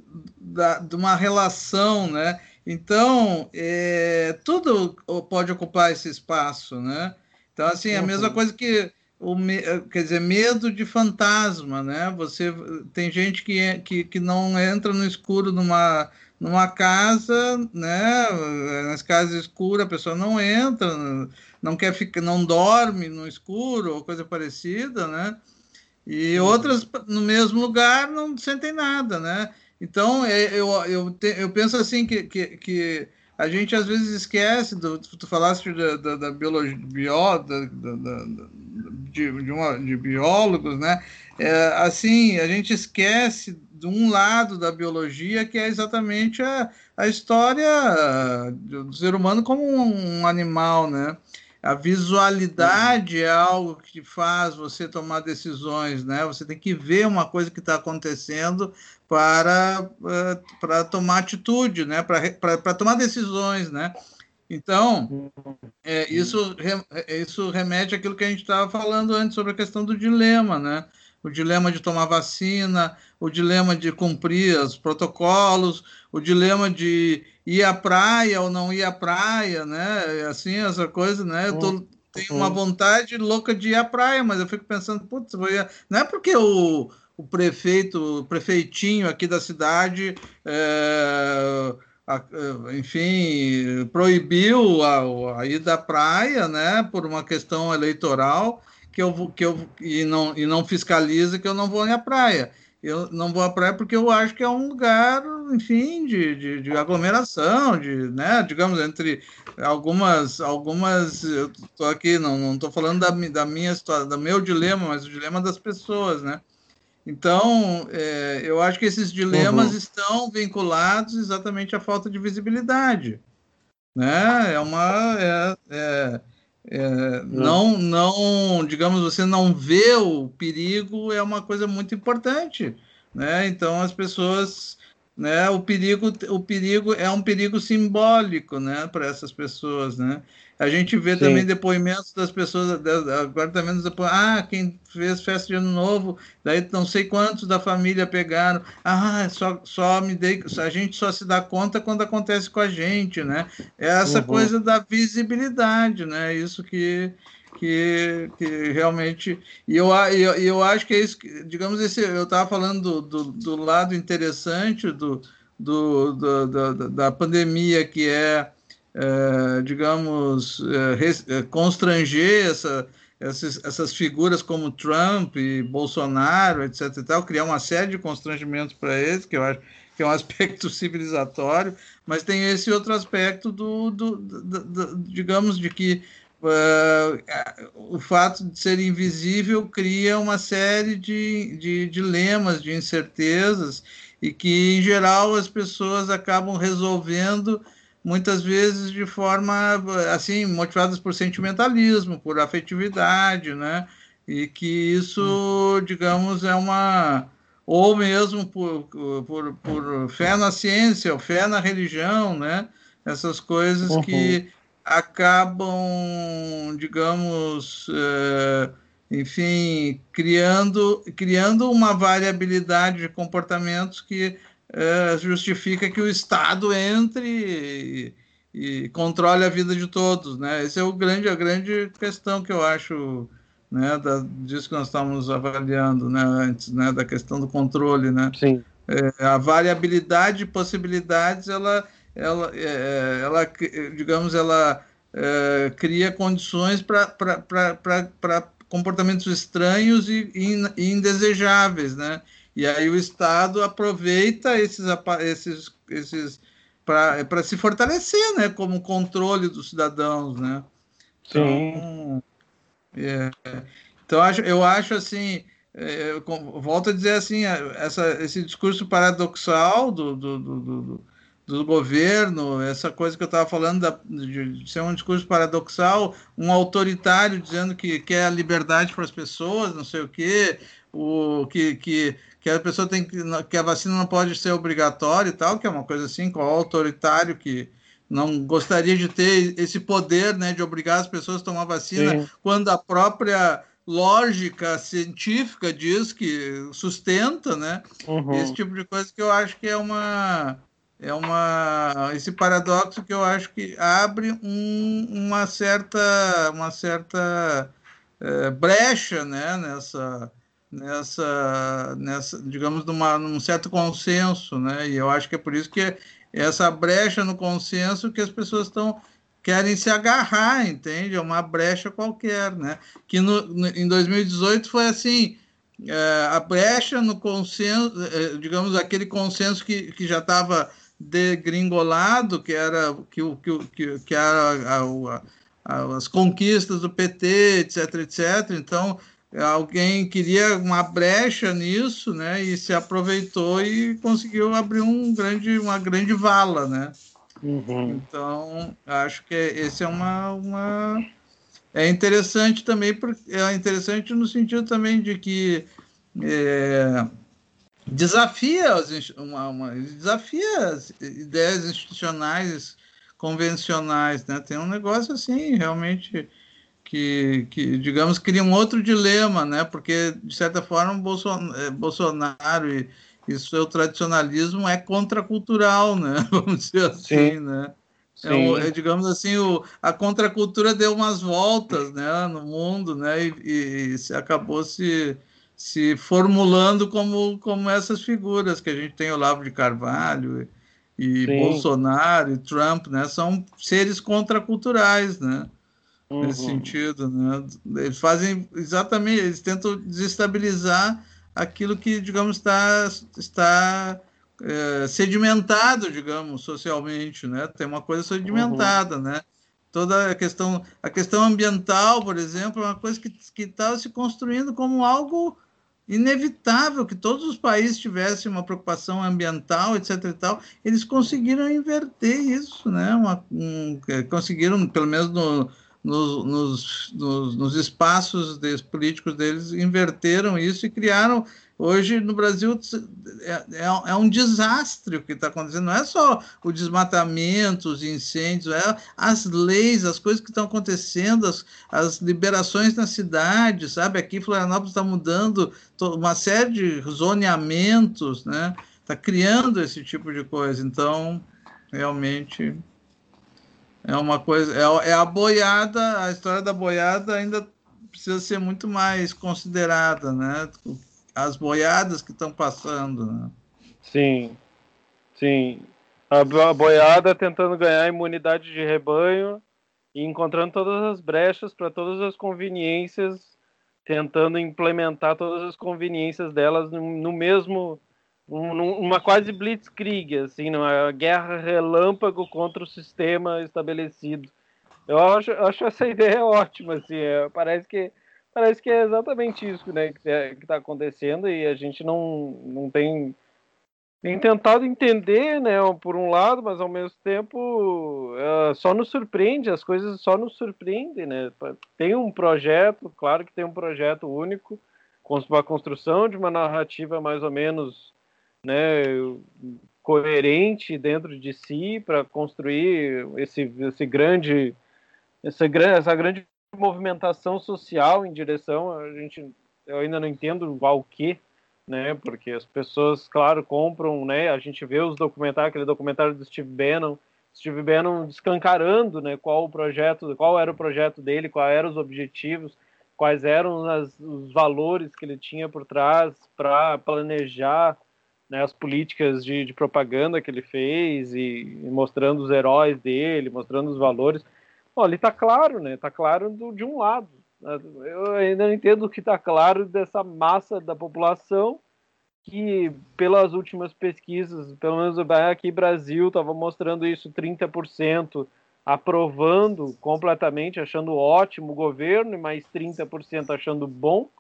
da, de uma relação, né? Então, é, tudo pode ocupar esse espaço, né? Então, assim, a mesma Uhum. coisa que o quer dizer, medo de fantasma, né? Você tem gente que, que, que não entra no escuro numa numa casa, né? Nas casas escuras a pessoa não entra, não quer ficar, não dorme no escuro ou coisa parecida, né? E Uhum. outras no mesmo lugar não sentem nada, né? Então eu, eu, te, eu penso assim que, que, que a gente às vezes esquece, do, tu falaste da, da, da biologia, bio, da, da, da, de, de, uma, de biólogos, né? É, assim, a gente esquece de um lado da biologia que é exatamente a, a história do ser humano como um animal, né? A visualidade é algo que faz você tomar decisões, né? Você tem que ver uma coisa que está acontecendo para, para tomar atitude, né? Para, para, para tomar decisões, né? Então, é, isso, isso remete àquilo que a gente estava falando antes sobre a questão do dilema, né? O dilema de tomar vacina, o dilema de cumprir os protocolos, o dilema de ir à praia ou não ir à praia, né? Assim, essa coisa, né? Eu tô, tenho uma vontade louca de ir à praia, mas eu fico pensando, putz, vou ir... não é porque o, o prefeito, o prefeitinho aqui da cidade... É... enfim, proibiu a, a ida à praia, né, por uma questão eleitoral, que eu, que eu e, não, e não fiscaliza que eu não vou à praia. Eu não vou à praia porque eu acho que é um lugar, enfim, de, de, de aglomeração, de, né, digamos, entre algumas, algumas, eu estou aqui, não estou falando da, da minha história, do meu dilema, mas o dilema das pessoas, né? Então, é, eu acho que esses dilemas Uhum. estão vinculados exatamente à falta de visibilidade, né? É uma, é, é, é, não, não, digamos, você não vê o perigo é uma coisa muito importante, né? Então as pessoas, né? O perigo, o perigo é um perigo simbólico, né? Para essas pessoas, né? A gente vê também Sim. depoimentos das pessoas, agora também nos depoimentos, ah, quem fez festa de ano novo, daí não sei quantos da família pegaram, ah, só, só me dei, a gente só se dá conta quando acontece com a gente, né? É essa Uhum. coisa da visibilidade, né? Isso que, que, que realmente... E eu, eu, eu acho que é isso, que, digamos, esse, eu estava falando do, do, do lado interessante do, do, do, do, da pandemia, que é, é digamos, é, constranger essa, essas, essas figuras como Trump e Bolsonaro, etc e tal, criar uma série de constrangimentos para eles, que eu acho que é um aspecto civilizatório, mas tem esse outro aspecto do, do, do, do digamos, de que uh, o fato de ser invisível cria uma série de, de dilemas, de incertezas, e que, em geral, as pessoas acabam resolvendo muitas vezes de forma, assim, motivadas por sentimentalismo, por afetividade, né? E que isso, digamos, é uma... ou mesmo por, por, por fé na ciência, ou fé na religião, né? Essas coisas Uhum. que acabam, digamos, é, enfim, criando, criando uma variabilidade de comportamentos que é, justifica que o Estado entre e, e controle a vida de todos, né? Esse é o grande, a grande questão que eu acho, né, da, disso que nós estamos avaliando, né, antes, né, da questão do controle, né? Sim. É, a variabilidade de possibilidades, ela, ela, é, ela digamos, ela é, cria condições para comportamentos estranhos e, e indesejáveis, né? E aí o Estado aproveita esses, esses, esses para se fortalecer, né? Como controle dos cidadãos, né? Sim. Então, é, então acho, eu acho assim, é, eu volto a dizer assim, essa, esse discurso paradoxal do, do, do, do, do governo, essa coisa que eu estava falando da, de ser um discurso paradoxal, um autoritário dizendo que quer a liberdade para as pessoas, não sei o quê, o, que, que, que a pessoa tem que, que a vacina não pode ser obrigatória e tal, que é uma coisa assim, qual autoritário que não gostaria de ter esse poder, né, de obrigar as pessoas a tomar vacina, Sim. quando a própria lógica científica diz que sustenta, né? Uhum. Esse tipo de coisa que eu acho que é uma é uma esse paradoxo que eu acho que abre um, uma certa uma certa é, brecha, né? Nessa nessa nessa digamos numa, num certo consenso, né? E eu acho que é por isso que essa brecha no consenso que as pessoas estão querem se agarrar, entende? É uma brecha qualquer, né? Que no, no, em dois mil e dezoito foi assim, é, a brecha no consenso, é, digamos, aquele consenso que, que já estava degringolado, que era que, que, que, que era a, a, a, as conquistas do P T, etc, etc. Então, alguém queria uma brecha nisso, né? E se aproveitou e conseguiu abrir um grande, uma grande vala, né? Uhum. Então, acho que esse é uma, uma... É interessante também, porque é interessante no sentido também de que é, desafia, as, uma, uma, desafia as ideias institucionais convencionais, né? Tem um negócio assim, realmente, que, que digamos, cria um outro dilema, né? Porque, de certa forma, Bolsonaro, Bolsonaro e e seu tradicionalismo é contracultural, né? Vamos dizer assim, Sim. né? É um, é, digamos assim, o, a contracultura deu umas voltas, né, no mundo, né, e, e se acabou se, se formulando como, como essas figuras que a gente tem, Olavo de Carvalho e, e Bolsonaro e Trump, né, são seres contraculturais, né, uhum. nesse sentido, né, eles fazem exatamente, eles tentam desestabilizar aquilo que, digamos, está, está é, sedimentado, digamos, socialmente, né? Tem uma coisa sedimentada, uhum. né? Toda a questão, a questão ambiental, por exemplo, é uma coisa que que está se construindo como algo inevitável, que todos os países tivessem uma preocupação ambiental, etc e tal. Eles conseguiram inverter isso, né? Uma, um, conseguiram, pelo menos no Nos, nos, nos, nos espaços des, políticos deles, inverteram isso e criaram. Hoje, no Brasil, é, é, é um desastre o que está acontecendo. Não é só o desmatamento, os incêndios, é as leis, as coisas que estão acontecendo, as, as liberações na cidade, sabe? Aqui, Florianópolis está mudando uma série de zoneamentos, né? Está criando esse tipo de coisa. Então, realmente... É uma coisa, é, é a boiada, a história da boiada ainda precisa ser muito mais considerada, né? As boiadas que estão passando, né? Sim, sim. A, a boiada tentando ganhar imunidade de rebanho e encontrando todas as brechas para todas as conveniências, tentando implementar todas as conveniências delas no, no mesmo... Um, uma quase blitzkrieg, assim, uma guerra relâmpago contra o sistema estabelecido. Eu acho, acho essa ideia ótima, assim, é, parece que parece que é exatamente isso, né, que é, está acontecendo e a gente não, não tem nem tentado entender, né, por um lado, mas ao mesmo tempo é, só nos surpreende, as coisas só nos surpreendem, né. Tem um projeto, claro que tem um projeto único, com a construção de uma narrativa mais ou menos, né, coerente dentro de si para construir esse, esse grande, essa, essa grande movimentação social em direção a gente, eu ainda não entendo ao que, né, porque as pessoas, claro, compram, né, a gente vê os documentários, aquele documentário do Steve Bannon, Steve Bannon escancarando, né, qual o projeto, qual era o projeto dele, quais eram os objetivos, quais eram as, os valores que ele tinha por trás para planejar, né, as políticas de, de propaganda que ele fez e, e mostrando os heróis dele, mostrando os valores. Bom, ali está claro, né? Está claro do, de um lado. Eu ainda não entendo o que está claro dessa massa da população que, pelas últimas pesquisas, pelo menos aqui no Brasil, estava mostrando isso, trinta por cento aprovando completamente, achando ótimo o governo, e mais trinta por cento achando bom,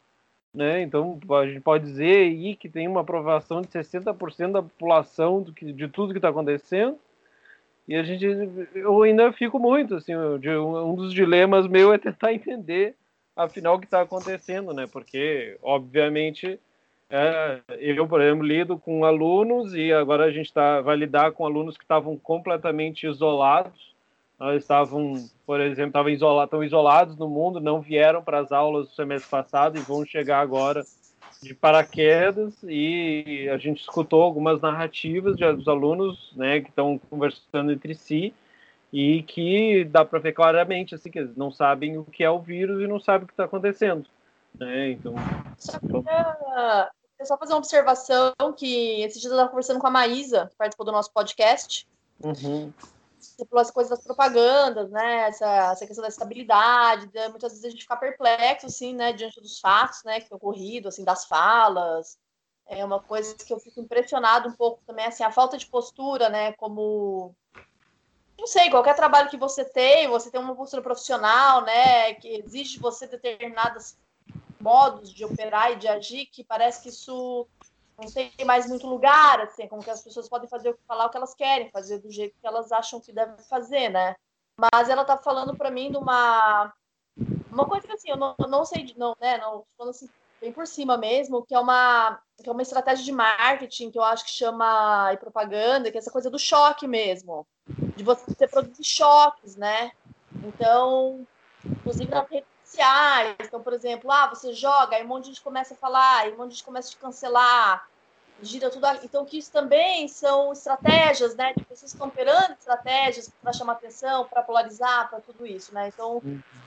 né? Então, a gente pode dizer aí que tem uma aprovação de sessenta por cento da população do que, de tudo que está acontecendo. E a gente, eu ainda fico muito, assim, de, um dos dilemas meu é tentar entender, afinal, o que está acontecendo, né? Porque, obviamente, é, eu, por exemplo, lido com alunos e agora a gente tá, vai lidar com alunos que estavam completamente isolados. Eles estavam, por exemplo, estavam isolados, estão isolados no mundo, não vieram para as aulas do semestre passado e vão chegar agora de paraquedas, e a gente escutou algumas narrativas de, dos alunos, né, que estão conversando entre si e que dá para ver claramente assim, que eles não sabem o que é o vírus e não sabem o que está acontecendo, né? Então, só queria, queria só fazer uma observação que esses dias eu estava conversando com a Maísa, que participou do nosso podcast. Uhum. Você falou essa coisa das propagandas, né? Essa, essa questão da estabilidade, de, muitas vezes a gente fica perplexo, assim, né? Diante dos fatos, né? Que tem ocorrido, assim, das falas. É uma coisa que eu fico impressionado um pouco também, assim, a falta de postura, né? Como, não sei, qualquer trabalho que você tem, você tem uma postura profissional, né? Que exige de você determinados modos de operar e de agir, que parece que isso não tem mais muito lugar, assim, como que as pessoas podem fazer, falar o que elas querem, fazer do jeito que elas acham que devem fazer, né? Mas ela tá falando para mim de uma uma coisa que, assim, eu não, não sei, não, né, não, falando assim, bem por cima mesmo, que é uma que é uma estratégia de marketing que eu acho que chama, e propaganda, que é essa coisa do choque mesmo, de você produzir choques, né? Então, inclusive nas redes sociais, então, por exemplo, ah, você joga, aí um monte de gente começa a falar, aí um monte de gente começa a te cancelar, gira tudo. Então, que isso também são estratégias, né? De pessoas que estão operando estratégias para chamar atenção, para polarizar, para tudo isso, né? Então,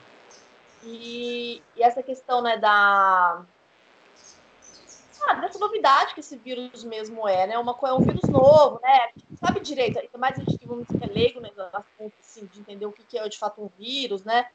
e, e essa questão, né, da ah, dessa novidade que esse vírus mesmo é, né? Uma, é um vírus novo, né? A gente não sabe direito, ainda mais a gente que vamos ser leigo, né, assim, de entender o que é de fato um vírus, né?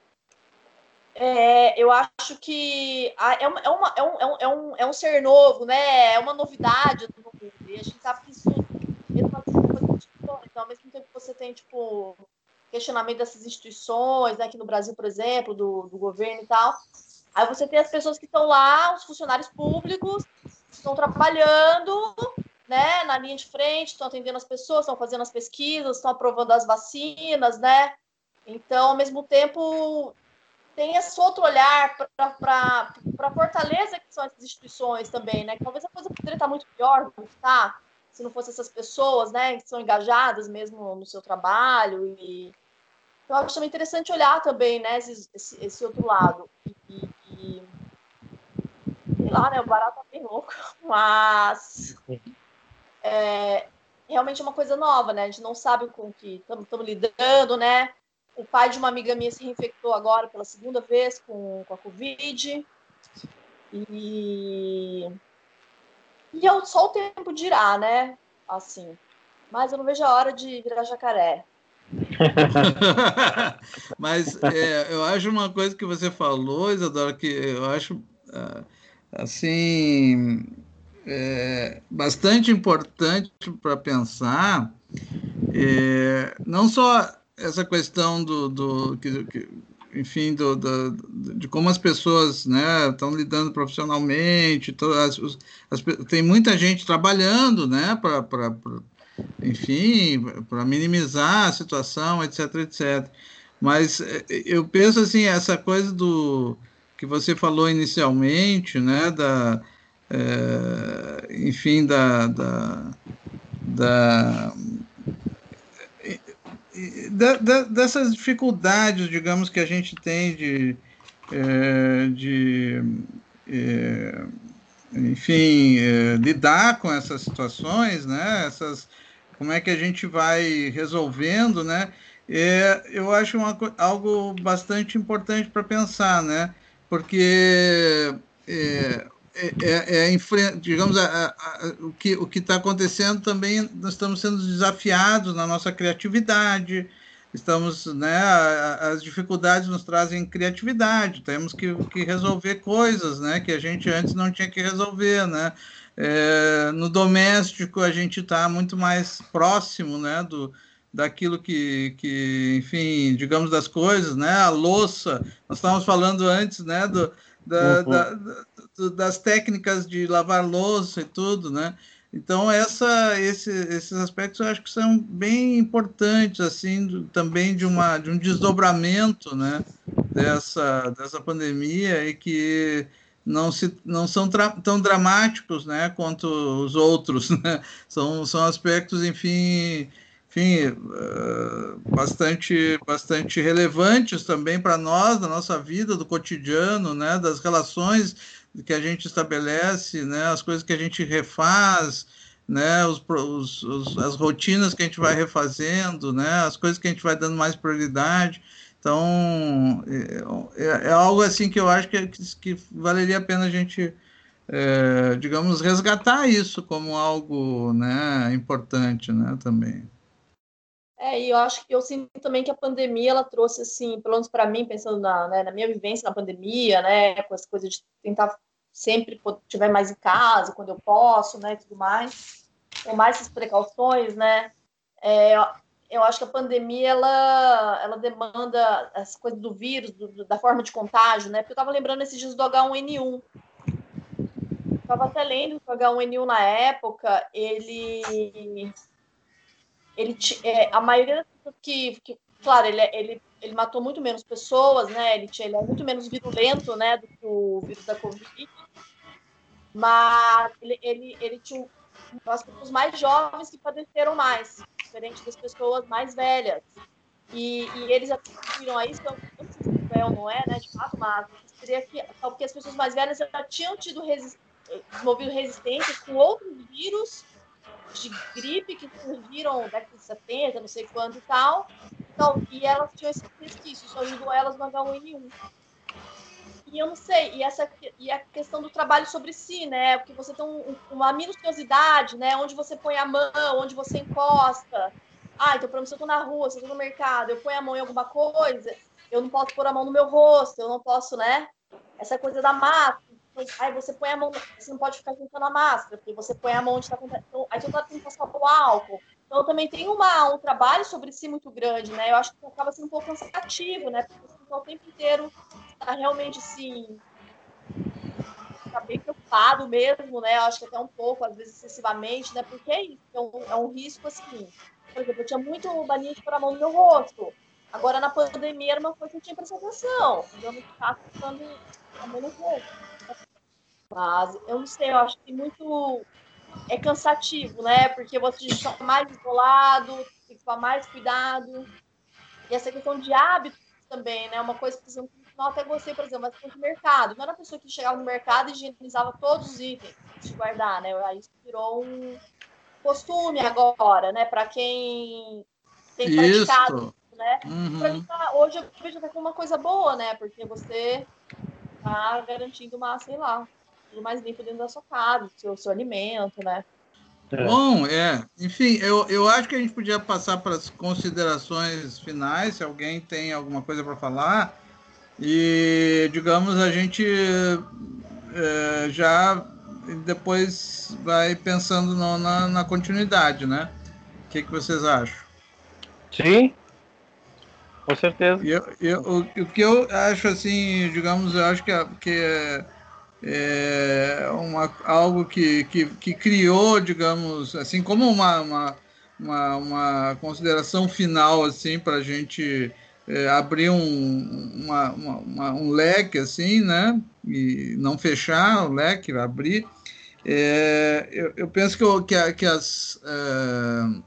É, eu acho que é, uma, é, uma, é, um, é, um, é um ser novo, né? É uma novidade no mundo. E a gente sabe que isso, mesmo assim, então, ao mesmo tempo que você tem, tipo, questionamento dessas instituições, né? Aqui no Brasil, por exemplo, do, do governo e tal. Aí você tem as pessoas que estão lá, os funcionários públicos, estão trabalhando, né? Na linha de frente, estão atendendo as pessoas, estão fazendo as pesquisas, estão aprovando as vacinas, né? Então, ao mesmo tempo, tem esse outro olhar para a fortaleza que são essas instituições também, né? Que talvez a coisa poderia estar muito pior do que está, se não fossem essas pessoas, né? Que são engajadas mesmo no seu trabalho. E eu acho também interessante olhar também, né? Esse, esse, esse outro lado. E, e, sei lá, né? O barato tá bem louco, mas é realmente é uma coisa nova, né? A gente não sabe com o que estamos lidando, né? O pai de uma amiga minha se reinfectou agora pela segunda vez com, com a Covid. E, e eu, só o tempo dirá, né? Assim. Mas eu não vejo a hora de virar jacaré. Mas é, eu acho uma coisa que você falou, Isadora, que eu acho assim é, bastante importante para pensar. É, não só essa questão do, do que, que, enfim, do, do, de como as pessoas, né, estão lidando profissionalmente, todas, as, as, tem muita gente trabalhando, né, para, enfim, para minimizar a situação, etc, etc. Mas eu penso assim, essa coisa do que você falou inicialmente, né, da, é, enfim, da, da, da Da, da, dessas dificuldades, digamos, que a gente tem de, é, de é, enfim, é, lidar com essas situações, né? Essas, como é que a gente vai resolvendo, né? É, eu acho uma, algo bastante importante para pensar, né? Porque é, é, é, digamos, a, a, o que o que está acontecendo também, nós estamos sendo desafiados na nossa criatividade, estamos, né, as dificuldades nos trazem criatividade, temos que, que resolver coisas, né, que a gente antes não tinha que resolver, né, é, no doméstico a gente está muito mais próximo, né, do, daquilo que, que, enfim, digamos, das coisas, né, a louça, nós estávamos falando antes, né, do da, Uhum. da, da, das técnicas de lavar louça e tudo, né? Então, essa, esse, esses aspectos eu acho que são bem importantes, assim, do, também de, uma, de um desdobramento, né, dessa, dessa pandemia e que não, se, não são tra, tão dramáticos, né, quanto os outros, né? São, são aspectos, enfim, enfim uh, bastante, bastante relevantes também para nós, da nossa vida, do cotidiano, né, das relações que a gente estabelece, né, as coisas que a gente refaz, né, os, os, os, as rotinas que a gente vai refazendo, né, as coisas que a gente vai dando mais prioridade. Então, é, é algo assim que eu acho que, que valeria a pena a gente, é, digamos, resgatar isso como algo, né, importante, né, também. É, e eu acho que eu sinto também que a pandemia ela trouxe, assim, pelo menos para mim, pensando na, né, na minha vivência na pandemia, né, com essa coisa de tentar sempre quando estiver mais em casa, quando eu posso, né, e tudo mais, tomar essas precauções, né, é, eu acho que a pandemia, ela, ela demanda essa coisa do vírus, do, da forma de contágio, né, porque eu estava lembrando esses dias do agá um ene um, estava até lendo que o agá um ene um na época, ele... ele é, a maioria das pessoas que, que claro, ele, ele, ele matou muito menos pessoas, né? Ele, tinha, ele é muito menos virulento, né, do que o vírus da Covid, mas ele, ele, ele tinha as pessoas mais jovens que padeceram mais, diferente das pessoas mais velhas. E, e eles atribuíram a isso, eu não sei se é ou não é, né, de fato, mas seria que porque as pessoas mais velhas já tinham tido resist, desenvolvido resistências com outros vírus de gripe que surgiram na década de setenta, não sei quando e tal. Então, e elas tinham esse resquício, isso ajudou elas no agá um ene um. E eu não sei, e, essa, e a questão do trabalho sobre si, né? Porque você tem um, uma minuciosidade, né? Onde você põe a mão, onde você encosta. Ah, então, por exemplo, se eu tô na rua, se eu tô no mercado, eu ponho a mão em alguma coisa, eu não posso pôr a mão no meu rosto, eu não posso, né? Essa coisa da máscara. Aí você põe a mão, você não pode ficar juntando a máscara, porque você põe a mão onde está acontecendo. Então, aí você tá tendo que passar o álcool. Então também tem uma, um trabalho sobre si muito grande, né? Eu acho que acaba sendo um pouco cansativo, né? Porque você fica o tempo inteiro tá realmente assim, tá bem preocupado mesmo, né? Eu acho que até um pouco, às vezes excessivamente, né? Porque é isso, é um, é um risco assim. Por exemplo, eu tinha muito mania de pôr a mão no meu rosto. Agora, na pandemia, era uma coisa que eu tinha que prestar atenção. Eu não ficava ficando a mão no rosto. Mas eu não sei, eu acho que muito é cansativo, né? Porque você está mais isolado, tem que tomar mais cuidado. E essa questão de hábitos também, né? Uma coisa que eu até gostei, por exemplo, a questão de mercado. Não era a pessoa que chegava no mercado e higienizava todos os itens de guardar, né? Aí isso virou um costume agora, né? Para quem tem praticado, Isso. né? Uhum. Para mim, tá, hoje eu vejo até como uma coisa boa, né? Porque você está garantindo uma, sei lá, tudo mais limpo dentro da sua casa, do seu, seu alimento, né? É. Bom, é. Enfim, eu, eu acho que a gente podia passar para as considerações finais, se alguém tem alguma coisa para falar. E, digamos, a gente é, já depois vai pensando no, na, na continuidade, né? O que, que vocês acham? Sim, com certeza. Eu, eu, o, o que eu acho, assim, digamos, eu acho que, que é, é uma, algo que, que, que criou, digamos, assim, como uma, uma, uma, uma consideração final, assim, para a gente é, abrir um, uma, uma, um leque, assim, né, e não fechar o leque, abrir. É, eu, eu penso que, que, que as... É,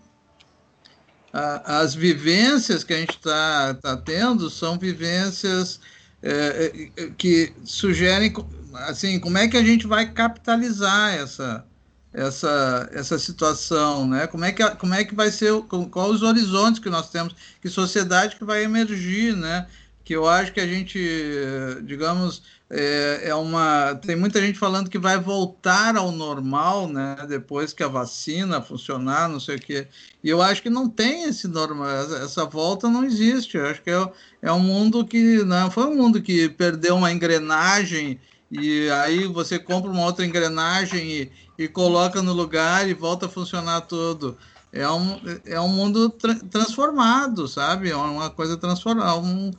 as vivências que a gente está tá tendo são vivências é, que sugerem assim como é que a gente vai capitalizar essa essa essa situação, né? Como é que como é que vai ser, qual os horizontes que nós temos, que sociedade que vai emergir, né? Que eu acho que a gente, digamos, é, é uma tem muita gente falando que vai voltar ao normal, né? Depois que a vacina funcionar, não sei o quê. E eu acho que não tem esse normal, essa volta não existe. Eu acho que é, é um mundo que não foi um mundo que perdeu uma engrenagem e aí você compra uma outra engrenagem e, e coloca no lugar e volta a funcionar tudo. É um, é um mundo tra transformado, sabe? É uma coisa transformada, um,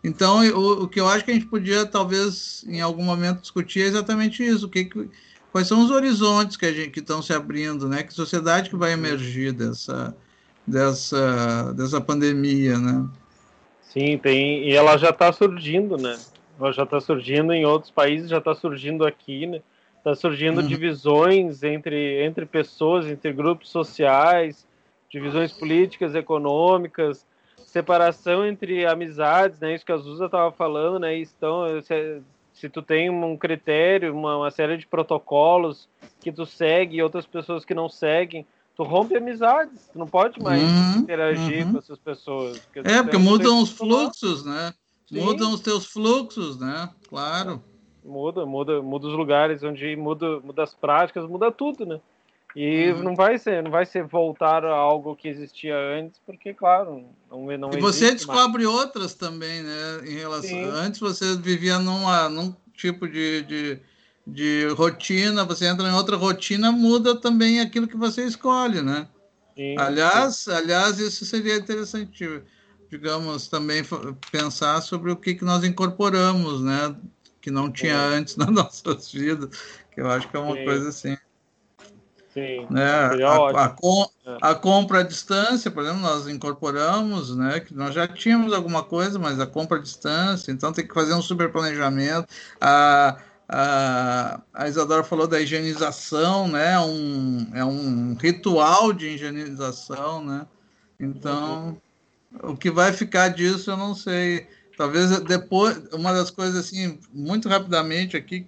Então, o, o que eu acho que a gente podia, talvez, em algum momento, discutir é exatamente isso. O que, que, quais são os horizontes que a gente, que estão se abrindo, né? Que sociedade que vai emergir dessa, dessa, dessa pandemia, né? Sim, tem, e ela já está surgindo, né? Ela já está surgindo em outros países, já está surgindo aqui, né? Está surgindo uhum. divisões entre, entre pessoas, entre grupos sociais, divisões políticas, econômicas, separação entre amizades, né? Isso que a Zusa estava falando, né? Então, se, se tu tem um critério, uma, uma série de protocolos que tu segue e outras pessoas que não seguem, tu rompe amizades, tu não pode mais uhum, interagir uhum. com essas pessoas. Porque é, porque mudam os fluxos, né? Sim. Mudam os teus fluxos, né? Claro. Muda, muda, muda os lugares onde muda, muda as práticas, muda tudo, né? E uhum. não vai ser, não vai ser voltar a algo que existia antes, porque, claro, não, não e você descobre mais. Outras também, né? Em relação, Sim. Antes você vivia numa, num tipo de, de, de rotina, você entra em outra rotina, muda também aquilo que você escolhe, né? Sim, aliás, sim. aliás, isso seria interessante, digamos, também pensar sobre o que, que nós incorporamos, né? Que não tinha sim. antes nas nossas vidas, que eu acho que é uma sim. coisa assim. Sim, né? a, a, com, a compra à distância, por exemplo, nós incorporamos, né? Que nós já tínhamos alguma coisa, mas a compra à distância, então tem que fazer um super planejamento. A, a, a Isadora falou da higienização, né? Um, é um ritual de higienização, né? Então, uhum. o que vai ficar disso, eu não sei. Talvez depois, uma das coisas assim, muito rapidamente aqui,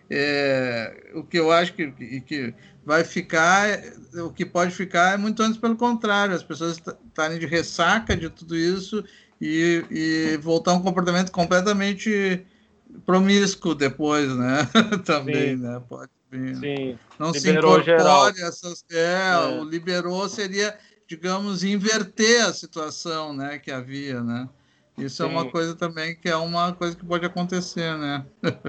é, o que eu acho que, que vai ficar, o que pode ficar é muito antes pelo contrário, as pessoas estarem de ressaca de tudo isso e, e voltar a um comportamento completamente promíscuo depois, né? Também, Sim. né? Pode vir. Sim. Não Liberou se incorpore geral. essas. É, é. O liberou seria, digamos, inverter a situação, né, que havia, né? Isso Sim. é uma coisa também que é uma coisa que pode acontecer, né?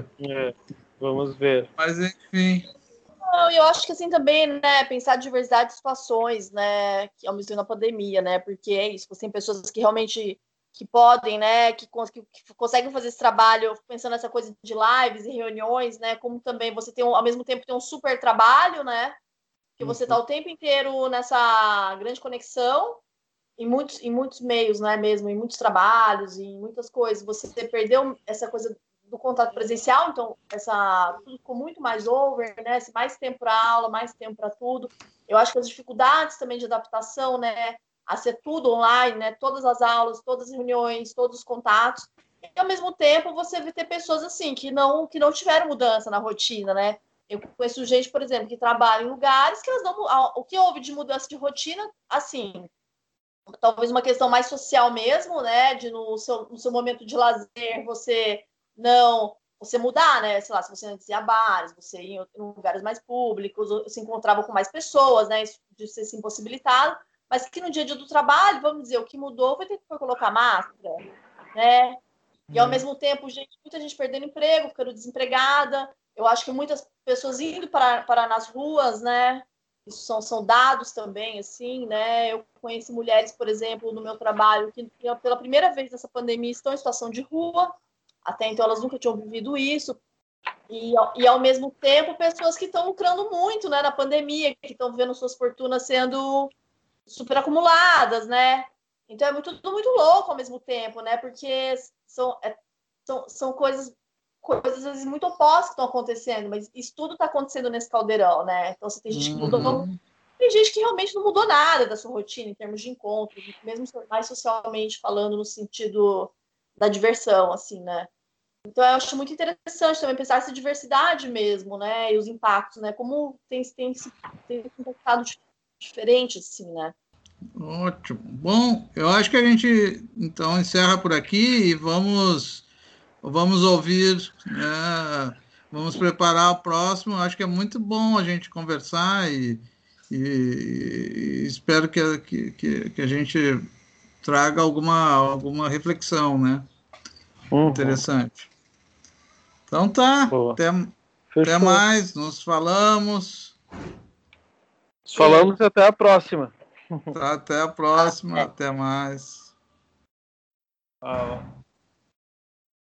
É. Vamos ver. Mas, enfim. Não, eu acho que assim também, né, pensar diversidade de situações, né, que ao mesmo tempo na pandemia, né, porque é isso, você tem pessoas que realmente que podem, né, que, que, que conseguem fazer esse trabalho, pensando nessa coisa de lives e reuniões, né, como também você tem, um, ao mesmo tempo, tem um super trabalho, né, que você está o tempo inteiro nessa grande conexão, em muitos, em muitos meios, né, mesmo, em muitos trabalhos, em muitas coisas, você perdeu essa coisa do contato presencial, então essa tudo ficou muito mais over, né? Mais tempo para aula, mais tempo para tudo. Eu acho que as dificuldades também de adaptação, né? A ser tudo online, né? Todas as aulas, todas as reuniões, todos os contatos. E ao mesmo tempo você vai ter pessoas assim que não que não tiveram mudança na rotina, né? Eu conheço gente, por exemplo, que trabalha em lugares que elas não. O que houve de mudança de rotina, assim, talvez uma questão mais social mesmo, né? De no seu, no seu momento de lazer você não você mudar, né? Sei lá, se você antes ia a bares, você ia em lugares mais públicos, se encontrava com mais pessoas, né? Isso de ser assim, impossibilitado, mas que no dia a dia do trabalho, vamos dizer, o que mudou foi ter que colocar máscara, né? E ao mesmo tempo, gente, muita gente perdendo emprego, ficando desempregada. Eu acho que muitas pessoas indo para, para nas ruas, né? Isso são, são dados também, assim, né? Eu conheci mulheres, por exemplo, no meu trabalho, que pela primeira vez nessa pandemia estão em situação de rua. Até então elas nunca tinham vivido isso. E, e ao mesmo tempo, pessoas que estão lucrando muito, né, na pandemia, que estão vendo suas fortunas sendo super acumuladas, né? Então é muito, tudo muito louco ao mesmo tempo, né? Porque são, é, são, são coisas, coisas às vezes muito opostas que estão acontecendo, mas isso tudo está acontecendo nesse caldeirão, né? Então você tem gente que mudou, uhum. tem gente que realmente não mudou nada da sua rotina em termos de encontros, mesmo mais socialmente falando no sentido da diversão, assim, né? Então eu acho muito interessante também pensar essa diversidade mesmo, né? E os impactos, né? Como tem, tem, tem se impactado diferente, assim, né? Ótimo. Bom, eu acho que a gente então encerra por aqui e vamos vamos ouvir, né? Vamos preparar o próximo. Acho que é muito bom a gente conversar e, e, e espero que, que, que a gente traga alguma, alguma reflexão, né? Uhum. Interessante. Então tá, até, até mais, nos falamos. Nos falamos e até a próxima. Tá, até a próxima, até mais. Ah.